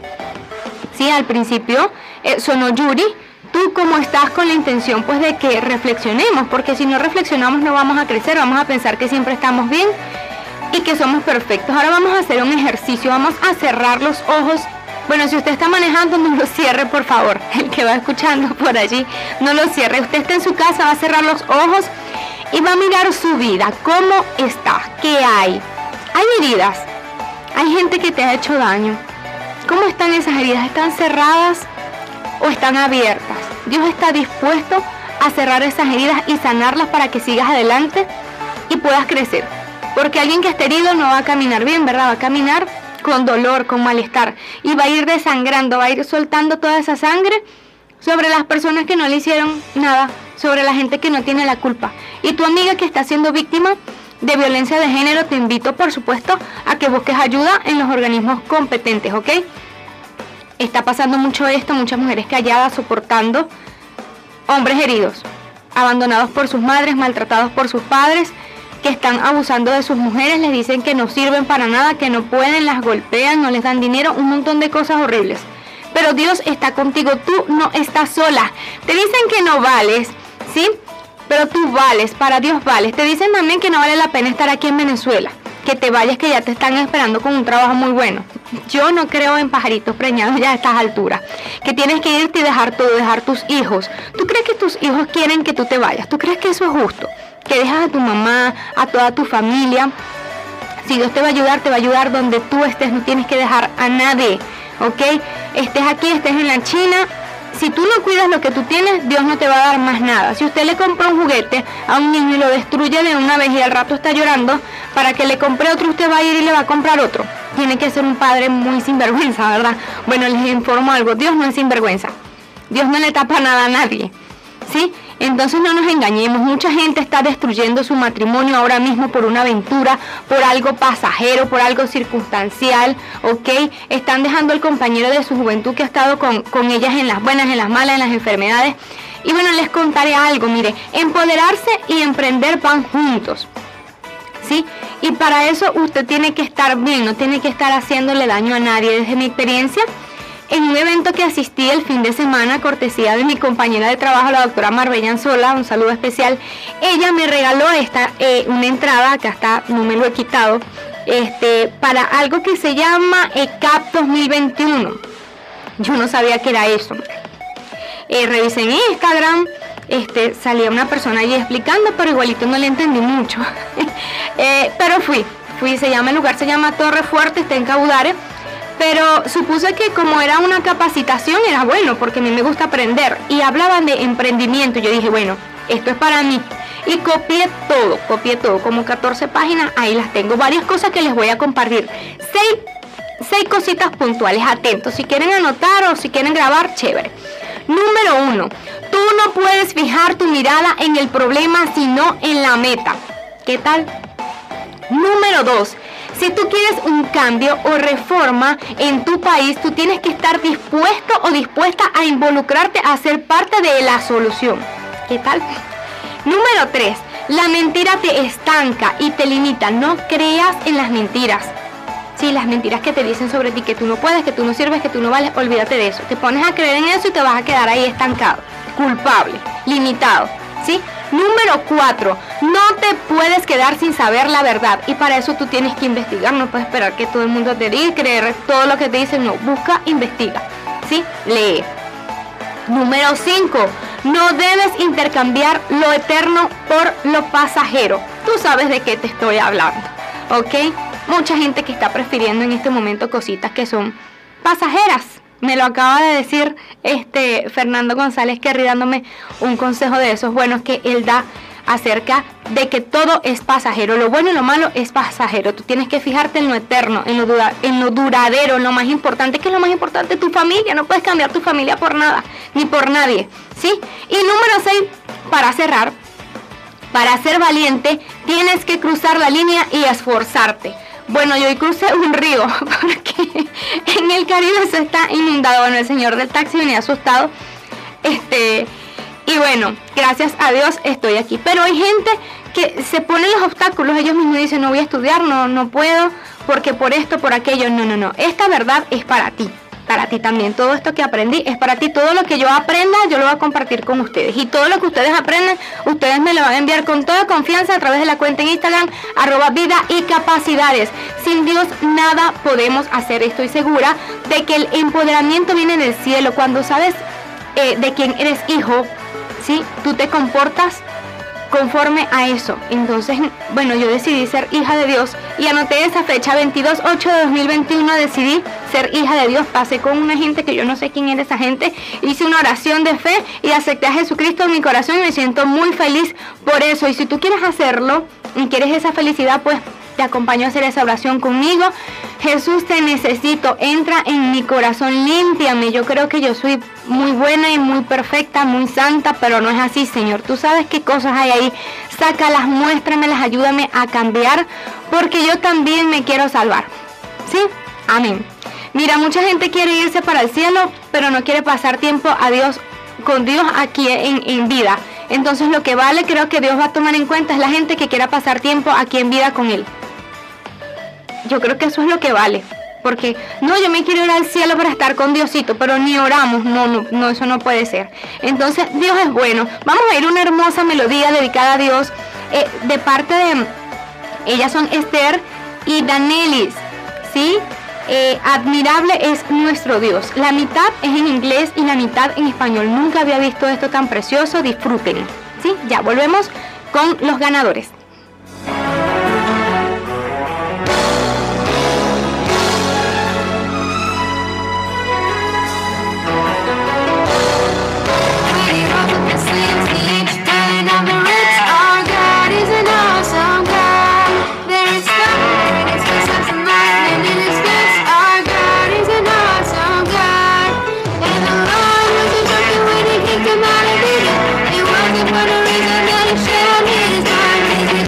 Sí, al principio sonó Yuri. ¿Tú cómo estás con la intención pues de que reflexionemos? Porque si no reflexionamos no vamos a crecer, vamos a pensar que siempre estamos bien y que somos perfectos. Ahora vamos a hacer un ejercicio, vamos a cerrar los ojos. Bueno, si usted está manejando, no lo cierre, por favor. El que va escuchando por allí, no lo cierre. Usted está en su casa, va a cerrar los ojos y va a mirar su vida. ¿Cómo está? ¿Qué hay? Hay heridas. Hay gente que te ha hecho daño. ¿Cómo están esas heridas? ¿Están cerradas o están abiertas? Dios está dispuesto a cerrar esas heridas y sanarlas para que sigas adelante y puedas crecer. Porque alguien que está herido no va a caminar bien, ¿verdad? Va a caminar con dolor, con malestar, y va a ir desangrando, va a ir soltando toda esa sangre sobre las personas que no le hicieron nada, sobre la gente que no tiene la culpa. Y tu amiga que está siendo víctima de violencia de género, te invito por supuesto a que busques ayuda en los organismos competentes, ¿ok? Está pasando mucho esto, muchas mujeres calladas soportando hombres heridos, abandonados por sus madres, maltratados por sus padres, que están abusando de sus mujeres, les dicen que no sirven para nada, que no pueden, las golpean, no les dan dinero, un montón de cosas horribles. Pero Dios está contigo, tú no estás sola. Te dicen que no vales, ¿sí? Pero tú vales, para Dios vales. Te dicen también que no vale la pena estar aquí en Venezuela, que te vayas, que ya te están esperando con un trabajo muy bueno. Yo no creo en pajaritos preñados ya a estas alturas, que tienes que irte y dejar todo, dejar tus hijos. ¿Tú crees que tus hijos quieren que tú te vayas? ¿Tú crees que eso es justo? Que dejas a tu mamá, a toda tu familia. Si Dios te va a ayudar donde tú estés, no tienes que dejar a nadie, ¿ok? Estés aquí, estés en la China, si tú no cuidas lo que tú tienes, Dios no te va a dar más nada. Si usted le compra un juguete a un niño y lo destruye de una vez y al rato está llorando, para que le compre otro, usted va a ir y le va a comprar otro. Tiene que ser un padre muy sinvergüenza, ¿verdad? Bueno, les informo algo, Dios no es sinvergüenza. Dios no le tapa nada a nadie, ¿sí? Entonces no nos engañemos, mucha gente está destruyendo su matrimonio ahora mismo por una aventura, por algo pasajero, por algo circunstancial, ¿ok? Están dejando al compañero de su juventud que ha estado con ellas en las buenas, en las malas, en las enfermedades. Y bueno, les contaré algo, mire, empoderarse y emprender van juntos, ¿sí? Y para eso usted tiene que estar bien, no tiene que estar haciéndole daño a nadie. Desde mi experiencia, en un evento que asistí el fin de semana, cortesía de mi compañera de trabajo, la doctora Marbella Anzola, un saludo especial, ella me regaló una entrada, acá está, no me lo he quitado, para algo que se llama ECAP 2021. Yo no sabía que era eso. Revisé en Instagram, salía una persona allí explicando, pero igualito no le entendí mucho. Pero fui, el lugar se llama Torre Fuerte, está en Caudare, pero supuse que como era una capacitación era bueno, porque a mí me gusta aprender, y hablaban de emprendimiento. Yo dije, bueno, esto es para mí, y copié todo, como 14 páginas, ahí las tengo, varias cosas que les voy a compartir, 6 cositas puntuales, atentos, si quieren anotar o si quieren grabar, chévere. Número 1, tú no puedes fijar tu mirada en el problema, sino en la meta. ¿Qué tal? Número 2, si tú quieres un cambio o reforma en tu país, tú tienes que estar dispuesto o dispuesta a involucrarte a ser parte de la solución. ¿Qué tal? Número 3, la mentira te estanca y te limita. No creas en las mentiras. Sí, las mentiras que te dicen sobre ti, que tú no puedes, que tú no sirves, que tú no vales, olvídate de eso. Te pones a creer en eso y te vas a quedar ahí estancado, culpable, limitado, ¿sí? Número 4, no te puedes quedar sin saber la verdad, y para eso tú tienes que investigar. No puedes esperar que todo el mundo te diga y creer todo lo que te dicen. No, busca, investiga, ¿sí? Lee. Número 5, no debes intercambiar lo eterno por lo pasajero. Tú sabes de qué te estoy hablando, ¿ok? Mucha gente que está prefiriendo en este momento cositas que son pasajeras. Me lo acaba de decir Fernando González Kerry, dándome un consejo de esos buenos que él da acerca de que todo es pasajero. Lo bueno y lo malo es pasajero. Tú tienes que fijarte en lo eterno, en lo duradero, en lo más importante. ¿Qué es lo más importante? Tu familia. No puedes cambiar tu familia por nada, ni por nadie, ¿sí? Y número 6, para cerrar, para ser valiente, tienes que cruzar la línea y esforzarte. Bueno, yo hoy crucé un río porque en el Caribe se está inundado. Bueno, el señor del taxi venía asustado. Y bueno, gracias a Dios estoy aquí. Pero hay gente que se pone los obstáculos. Ellos mismos dicen, no voy a estudiar, no puedo, porque por esto, por aquello. No. Esta verdad es para ti también. Todo esto que aprendí es para ti. Todo lo que yo aprenda, yo lo voy a compartir con ustedes. Y todo lo que ustedes aprendan, ustedes me lo van a enviar con toda confianza a través de la cuenta en Instagram, @vida y capacidades. Sin Dios nada podemos hacer. Estoy segura de que el empoderamiento viene del cielo. Cuando sabes de quién eres hijo, ¿sí? Tú te comportas conforme a eso. Entonces, bueno, yo decidí ser hija de Dios y anoté esa fecha, 22/8 de 2021, decidí ser hija de Dios. Pasé con una gente que yo no sé quién era esa gente, hice una oración de fe y acepté a Jesucristo en mi corazón y me siento muy feliz por eso. Y si tú quieres hacerlo y quieres esa felicidad, pues te acompaño a hacer esa oración conmigo. Jesús, te necesito, entra en mi corazón, límpiame. Yo creo que yo soy muy buena y muy perfecta, muy santa, pero no es así, Señor. Tú sabes qué cosas hay ahí. Sácalas, muéstramelas, ayúdame a cambiar, porque yo también me quiero salvar. ¿Sí? Amén. Mira, mucha gente quiere irse para el cielo, pero no quiere pasar tiempo con Dios aquí en vida. Entonces lo que vale, creo que Dios va a tomar en cuenta, es la gente que quiera pasar tiempo aquí en vida con Él. Yo creo que eso es lo que vale. Porque, no, yo me quiero ir al cielo para estar con Diosito, pero ni oramos. No, eso no puede ser. Entonces, Dios es bueno. Vamos a ir una hermosa melodía dedicada a Dios, de parte de... Ellas son Esther y Danelis, ¿sí? Admirable es nuestro Dios. La mitad es en inglés y la mitad en español. Nunca había visto esto tan precioso. Disfruten, ¿sí? Ya, volvemos con los ganadores. What a reason that he shared his time.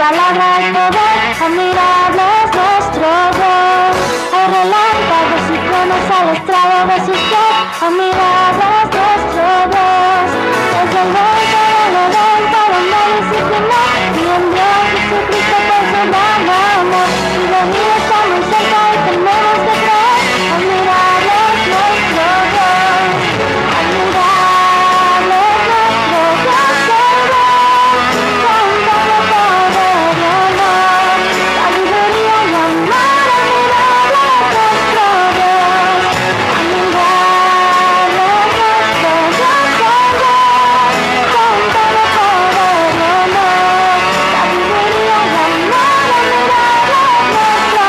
palabra hay poder, admirable es nuestro Dios. Hay relámpagos y truenos al estrado de su ser, admirable es nuestro Dios. Es el rey para no disciplinar, y en Dios Jesucristo por su gran amor. Y venir está muy cerca y tenemos que creer, admirable es nuestro Dios. Admirable es nuestro Dios, con todo poder y honor, sabiduría y amor, admirable es nuestro Dios. Admirable es nuestro Dios, con todo poder y honor, sabiduría y amor, admirable es nuestro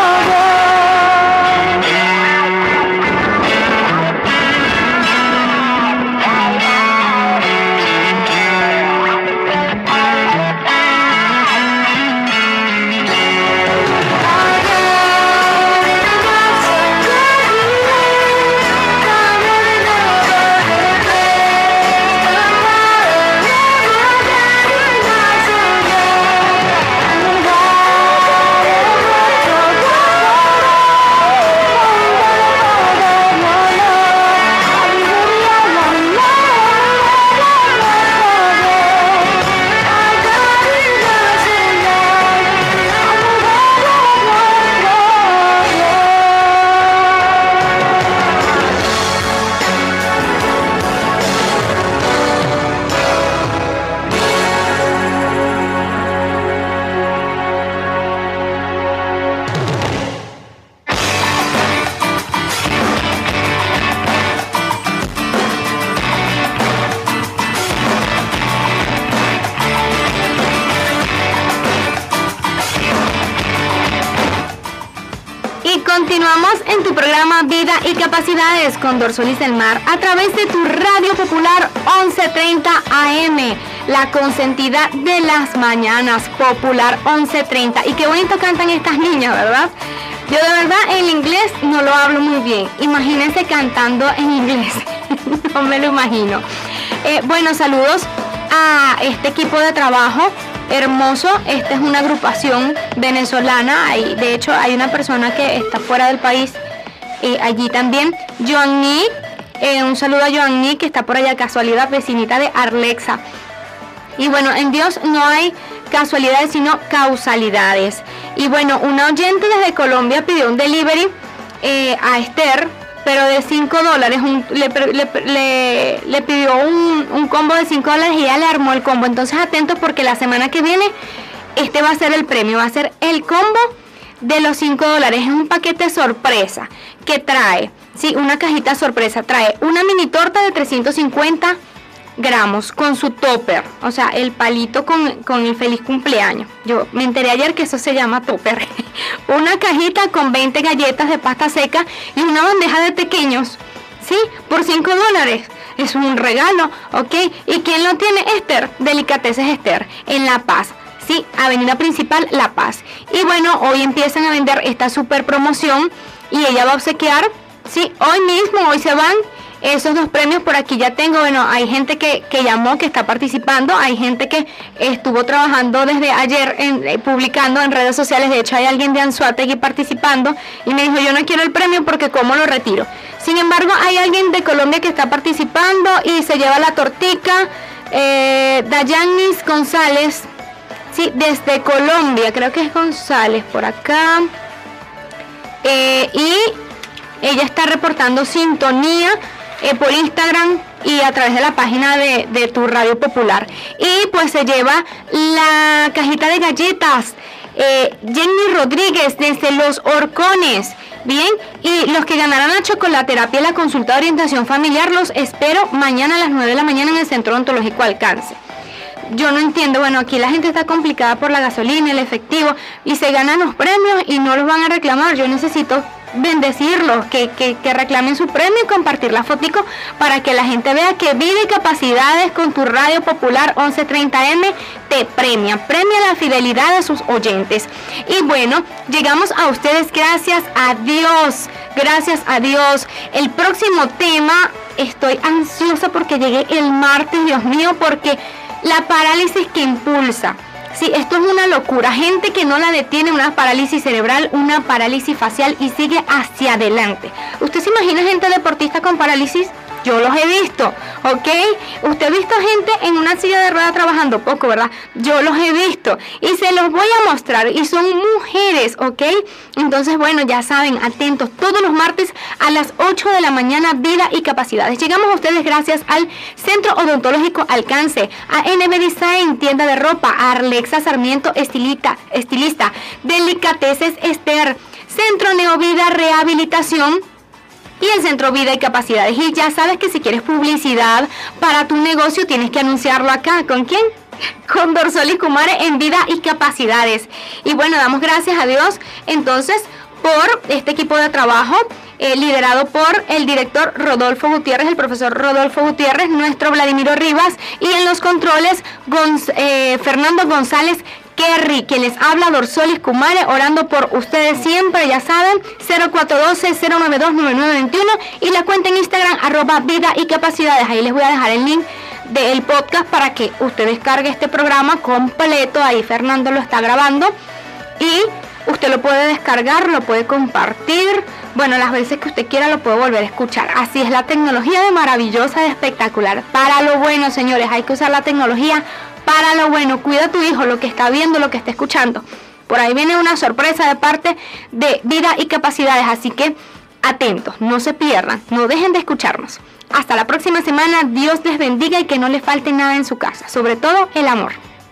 Continuamos en tu programa Vida y Capacidades con Dorsolis del Mar a través de tu Radio Popular 1130 AM, la consentida de las mañanas, Popular 1130. Y qué bonito cantan estas niñas, ¿verdad? Yo de verdad el inglés no lo hablo muy bien. Imagínense cantando en inglés. No me lo imagino. Bueno, saludos a este equipo de trabajo hermoso. Esta es una agrupación venezolana. De hecho, hay una persona que está fuera del país allí también. Joanny, un saludo a Joanny, que está por allá, casualidad, vecinita de Arlexa. Y bueno, en Dios no hay casualidades, sino causalidades. Y bueno, una oyente desde Colombia pidió un delivery a Esther, pero de $5. Le pidió un combo de $5 y ella le armó el combo. Entonces atentos, porque la semana que viene este va a ser el premio, va a ser el combo de los $5. Es un paquete sorpresa que trae, sí, una cajita sorpresa, trae una mini torta de 350 gramos con su topper, o sea, el palito con el feliz cumpleaños. Yo me enteré ayer que eso se llama topper. Una cajita con 20 galletas de pasta seca y una bandeja de pequeños, ¿sí? Por $5. Es un regalo, ¿ok? ¿Y quién lo tiene? Esther, Delicateces Esther, en La Paz. Sí, Avenida Principal, La Paz. Y bueno, hoy empiezan a vender esta super promoción y ella va a obsequiar, sí, hoy se van esos 2 premios. Por aquí ya tengo, bueno, hay gente que llamó, que está participando, hay gente que estuvo trabajando desde ayer publicando en redes sociales. De hecho, hay alguien de Anzoátegui participando y me dijo, yo no quiero el premio porque ¿cómo lo retiro? Sin embargo, hay alguien de Colombia que está participando y se lleva la tortica, Dayanis González, sí, desde Colombia, creo que es González por acá, y ella está reportando sintonía por Instagram y a través de la página de tu Radio Popular. Y pues se lleva la cajita de galletas, Jenny Rodríguez desde Los Horcones. Bien, y los que ganarán la chocolaterapia y la consulta de orientación familiar los espero mañana a las 9 de la mañana en el Centro Odontológico Alcance. Yo no entiendo, bueno, aquí la gente está complicada por la gasolina, el efectivo, y se ganan los premios y no los van a reclamar. Yo necesito bendecirlos, que reclamen su premio y compartir la fotico para que la gente vea que Vida y Capacidades con tu Radio Popular 1130M te premia la fidelidad de sus oyentes. Y bueno, llegamos a ustedes gracias a Dios, El próximo tema, estoy ansiosa porque llegue el martes, Dios mío, porque la parálisis que impulsa Sí, esto es una locura. Gente que no la detiene, una parálisis cerebral, una parálisis facial y sigue hacia adelante. ¿Usted se imagina gente deportista con parálisis? Yo los he visto, ¿ok? Usted ha visto gente en una silla de ruedas trabajando poco, ¿verdad? Yo los he visto y se los voy a mostrar y son mujeres, ¿ok? Entonces, bueno, ya saben, atentos, todos los martes a las 8 de la mañana, Vida y Capacidades. Llegamos a ustedes gracias al Centro Odontológico Alcance, a NB Design, tienda de ropa, a Arlexa Sarmiento, estilista, Delicateces Esther, Centro Neovida Rehabilitación, y el Centro Vida y Capacidades. Y ya sabes que si quieres publicidad para tu negocio, tienes que anunciarlo acá. ¿Con quién? Con Dorsolis Kumare en Vida y Capacidades. Y bueno, damos gracias a Dios entonces por este equipo de trabajo liderado por el director Rodolfo Gutiérrez, el profesor Rodolfo Gutiérrez, nuestro Vladimiro Rivas, y en los controles Fernando González Kerry, quien les habla, Dorsolis Kumare, orando por ustedes siempre, ya saben, 0412-092-9921 y la cuenta en Instagram, @Vida y Capacidades. Ahí les voy a dejar el link del podcast para que usted descargue este programa completo. Ahí Fernando lo está grabando y usted lo puede descargar, lo puede compartir. Bueno, las veces que usted quiera lo puede volver a escuchar. Así es la tecnología de maravillosa, de espectacular. Para lo bueno, señores, hay que usar la tecnología para lo bueno. Cuida a tu hijo, lo que está viendo, lo que está escuchando. Por ahí viene una sorpresa de parte de Vida y Capacidades, así que atentos, no se pierdan, no dejen de escucharnos. Hasta la próxima semana, Dios les bendiga y que no les falte nada en su casa, sobre todo el amor.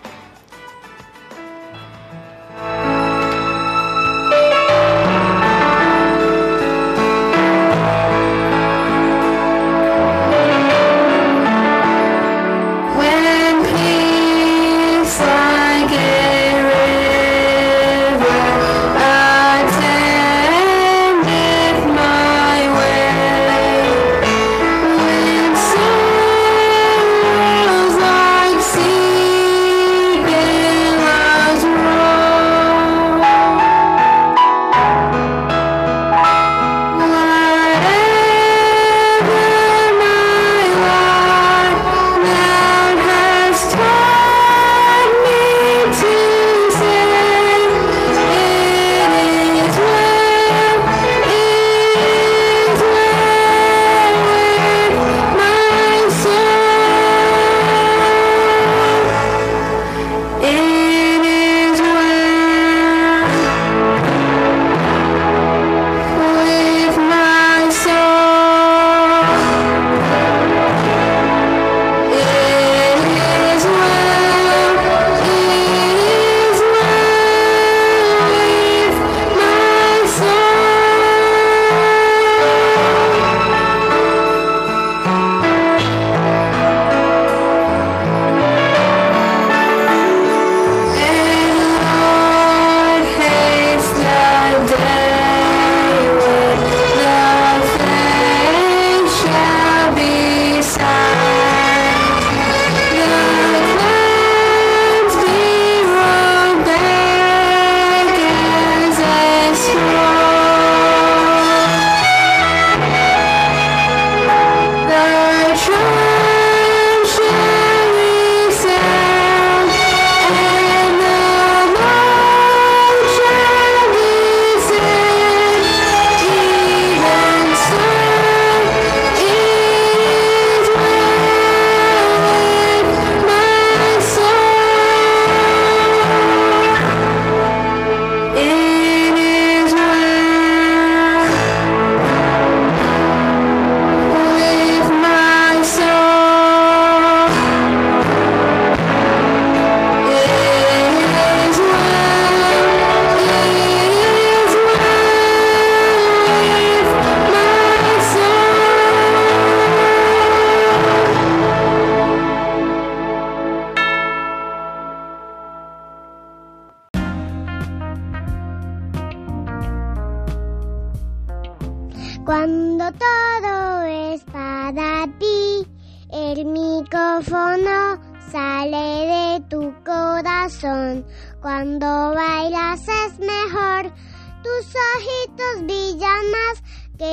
Cuando todo es para ti, el micrófono sale de tu corazón. Cuando bailas es mejor, tus ojitos brillan más,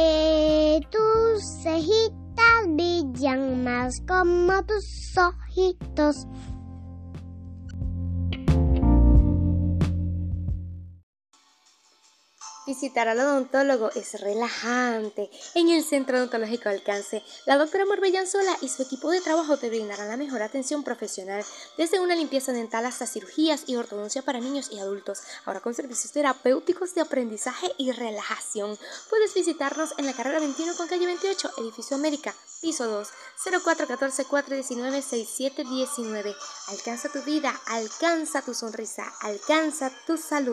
que tus cejitas brillan más como tus ojitos. Visitar al odontólogo es relajante. En el Centro Odontológico Alcance, la doctora Morbellán Sola y su equipo de trabajo te brindarán la mejor atención profesional, desde una limpieza dental hasta cirugías y ortodoncia para niños y adultos, ahora con servicios terapéuticos de aprendizaje y relajación. Puedes visitarnos en la carrera 21 con calle 28, Edificio América, piso 2, 0414-419-6719. Alcanza tu vida, alcanza tu sonrisa, alcanza tu salud.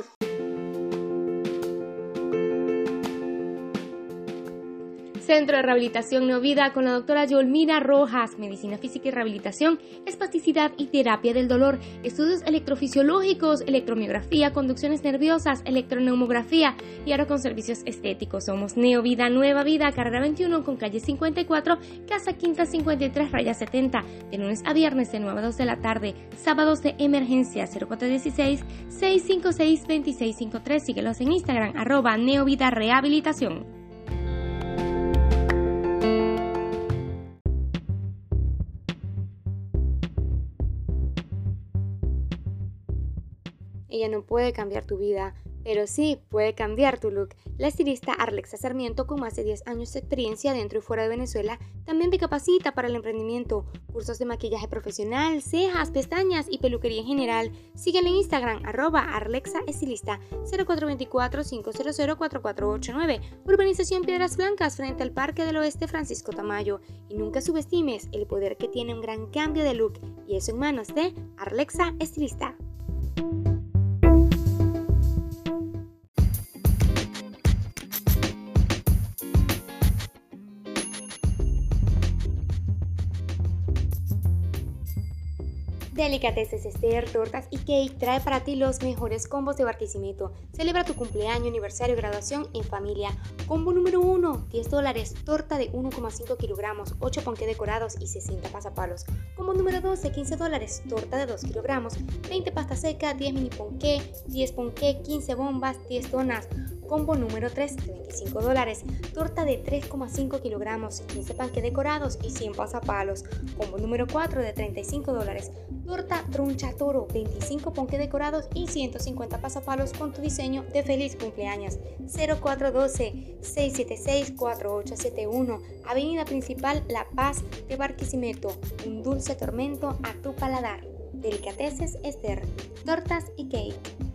Centro de Rehabilitación Neovida con la doctora Yolmira Rojas, Medicina Física y Rehabilitación, Espasticidad y Terapia del Dolor, estudios electrofisiológicos, electromiografía, conducciones nerviosas, electroneumografía y ahora con servicios estéticos. Somos Neovida Nueva Vida, carrera 21 con calle 54, casa quinta 53, raya 70, de lunes a viernes de 9 a 2 de la tarde, sábados de emergencia 0416-656-2653. Síguelos en Instagram, @Neovida Rehabilitación. Ella no puede cambiar tu vida, pero sí puede cambiar tu look. La estilista Arlexa Sarmiento, con más de 10 años de experiencia dentro y fuera de Venezuela, también te capacita para el emprendimiento, cursos de maquillaje profesional, cejas, pestañas y peluquería en general. Síguela en Instagram, @ArlexaEstilista, 0424-500-4489, Urbanización Piedras Blancas, frente al Parque del Oeste Francisco Tamayo. Y nunca subestimes el poder que tiene un gran cambio de look, y eso en manos de Arlexa Estilista. Delicateces Esther, Tortas y Cake trae para ti los mejores combos de Barquisimeto. Celebra tu cumpleaños, aniversario, graduación en familia. Combo número 1, $10, torta de 1,5 kilogramos, 8 ponqués decorados y 60 pasapalos. Combo número 2, $15, torta de 2 kilogramos, 20 pasta seca, 10 mini ponqué, 10 ponqué, 15 bombas, 10 donas. Combo número 3, $25, torta de 3,5 kilogramos, 15 panqués decorados y 100 pasapalos. Combo número 4, de $35, torta troncha toro, 25 ponqués decorados y 150 pasapalos con tu diseño de feliz cumpleaños. 0412-676-4871, Avenida Principal La Paz de Barquisimeto. Un dulce tormento a tu paladar. Delicateces Esther, tortas y cake.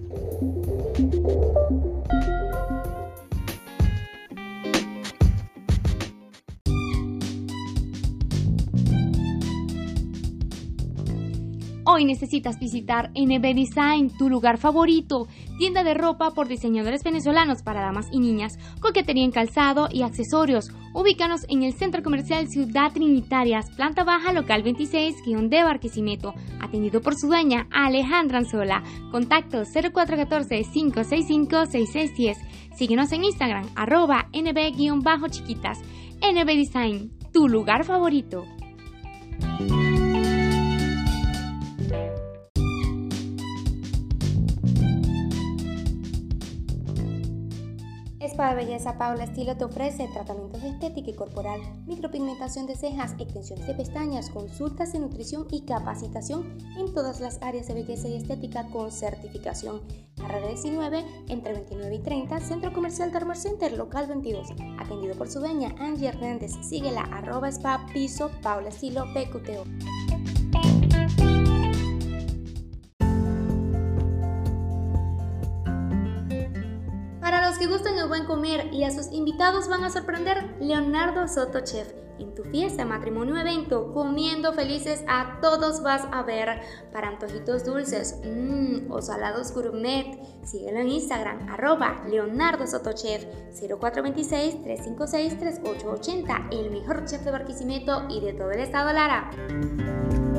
Hoy necesitas visitar NB Design, tu lugar favorito, tienda de ropa por diseñadores venezolanos para damas y niñas, coquetería en calzado y accesorios. Ubícanos en el Centro Comercial Ciudad Trinitarias, planta baja, local 26-D Barquisimeto, atendido por su dueña Alejandra Anzola. Contacto 0414-565-6610. Síguenos en Instagram, @NB_chiquitas. NB Design, tu lugar favorito. Spa de Belleza Paula Estilo te ofrece tratamientos de estética y corporal, micropigmentación de cejas, extensiones de pestañas, consultas de nutrición y capacitación en todas las áreas de belleza y estética con certificación. Carrera 19, entre 29 y 30, Centro Comercial Darmer Center, local 22, atendido por su dueña Angie Hernández. Síguela, @spa piso Paula Estilo PQTO. Para los que gustan el buen comer y a sus invitados van a sorprender, Leonardo Soto Chef. En tu fiesta, matrimonio o evento, comiendo felices a todos vas a ver. Para antojitos dulces o salados gourmet, síguelo en Instagram, @Leonardo Soto Chef, 0426-356-3880, el mejor chef de Barquisimeto y de todo el estado Lara.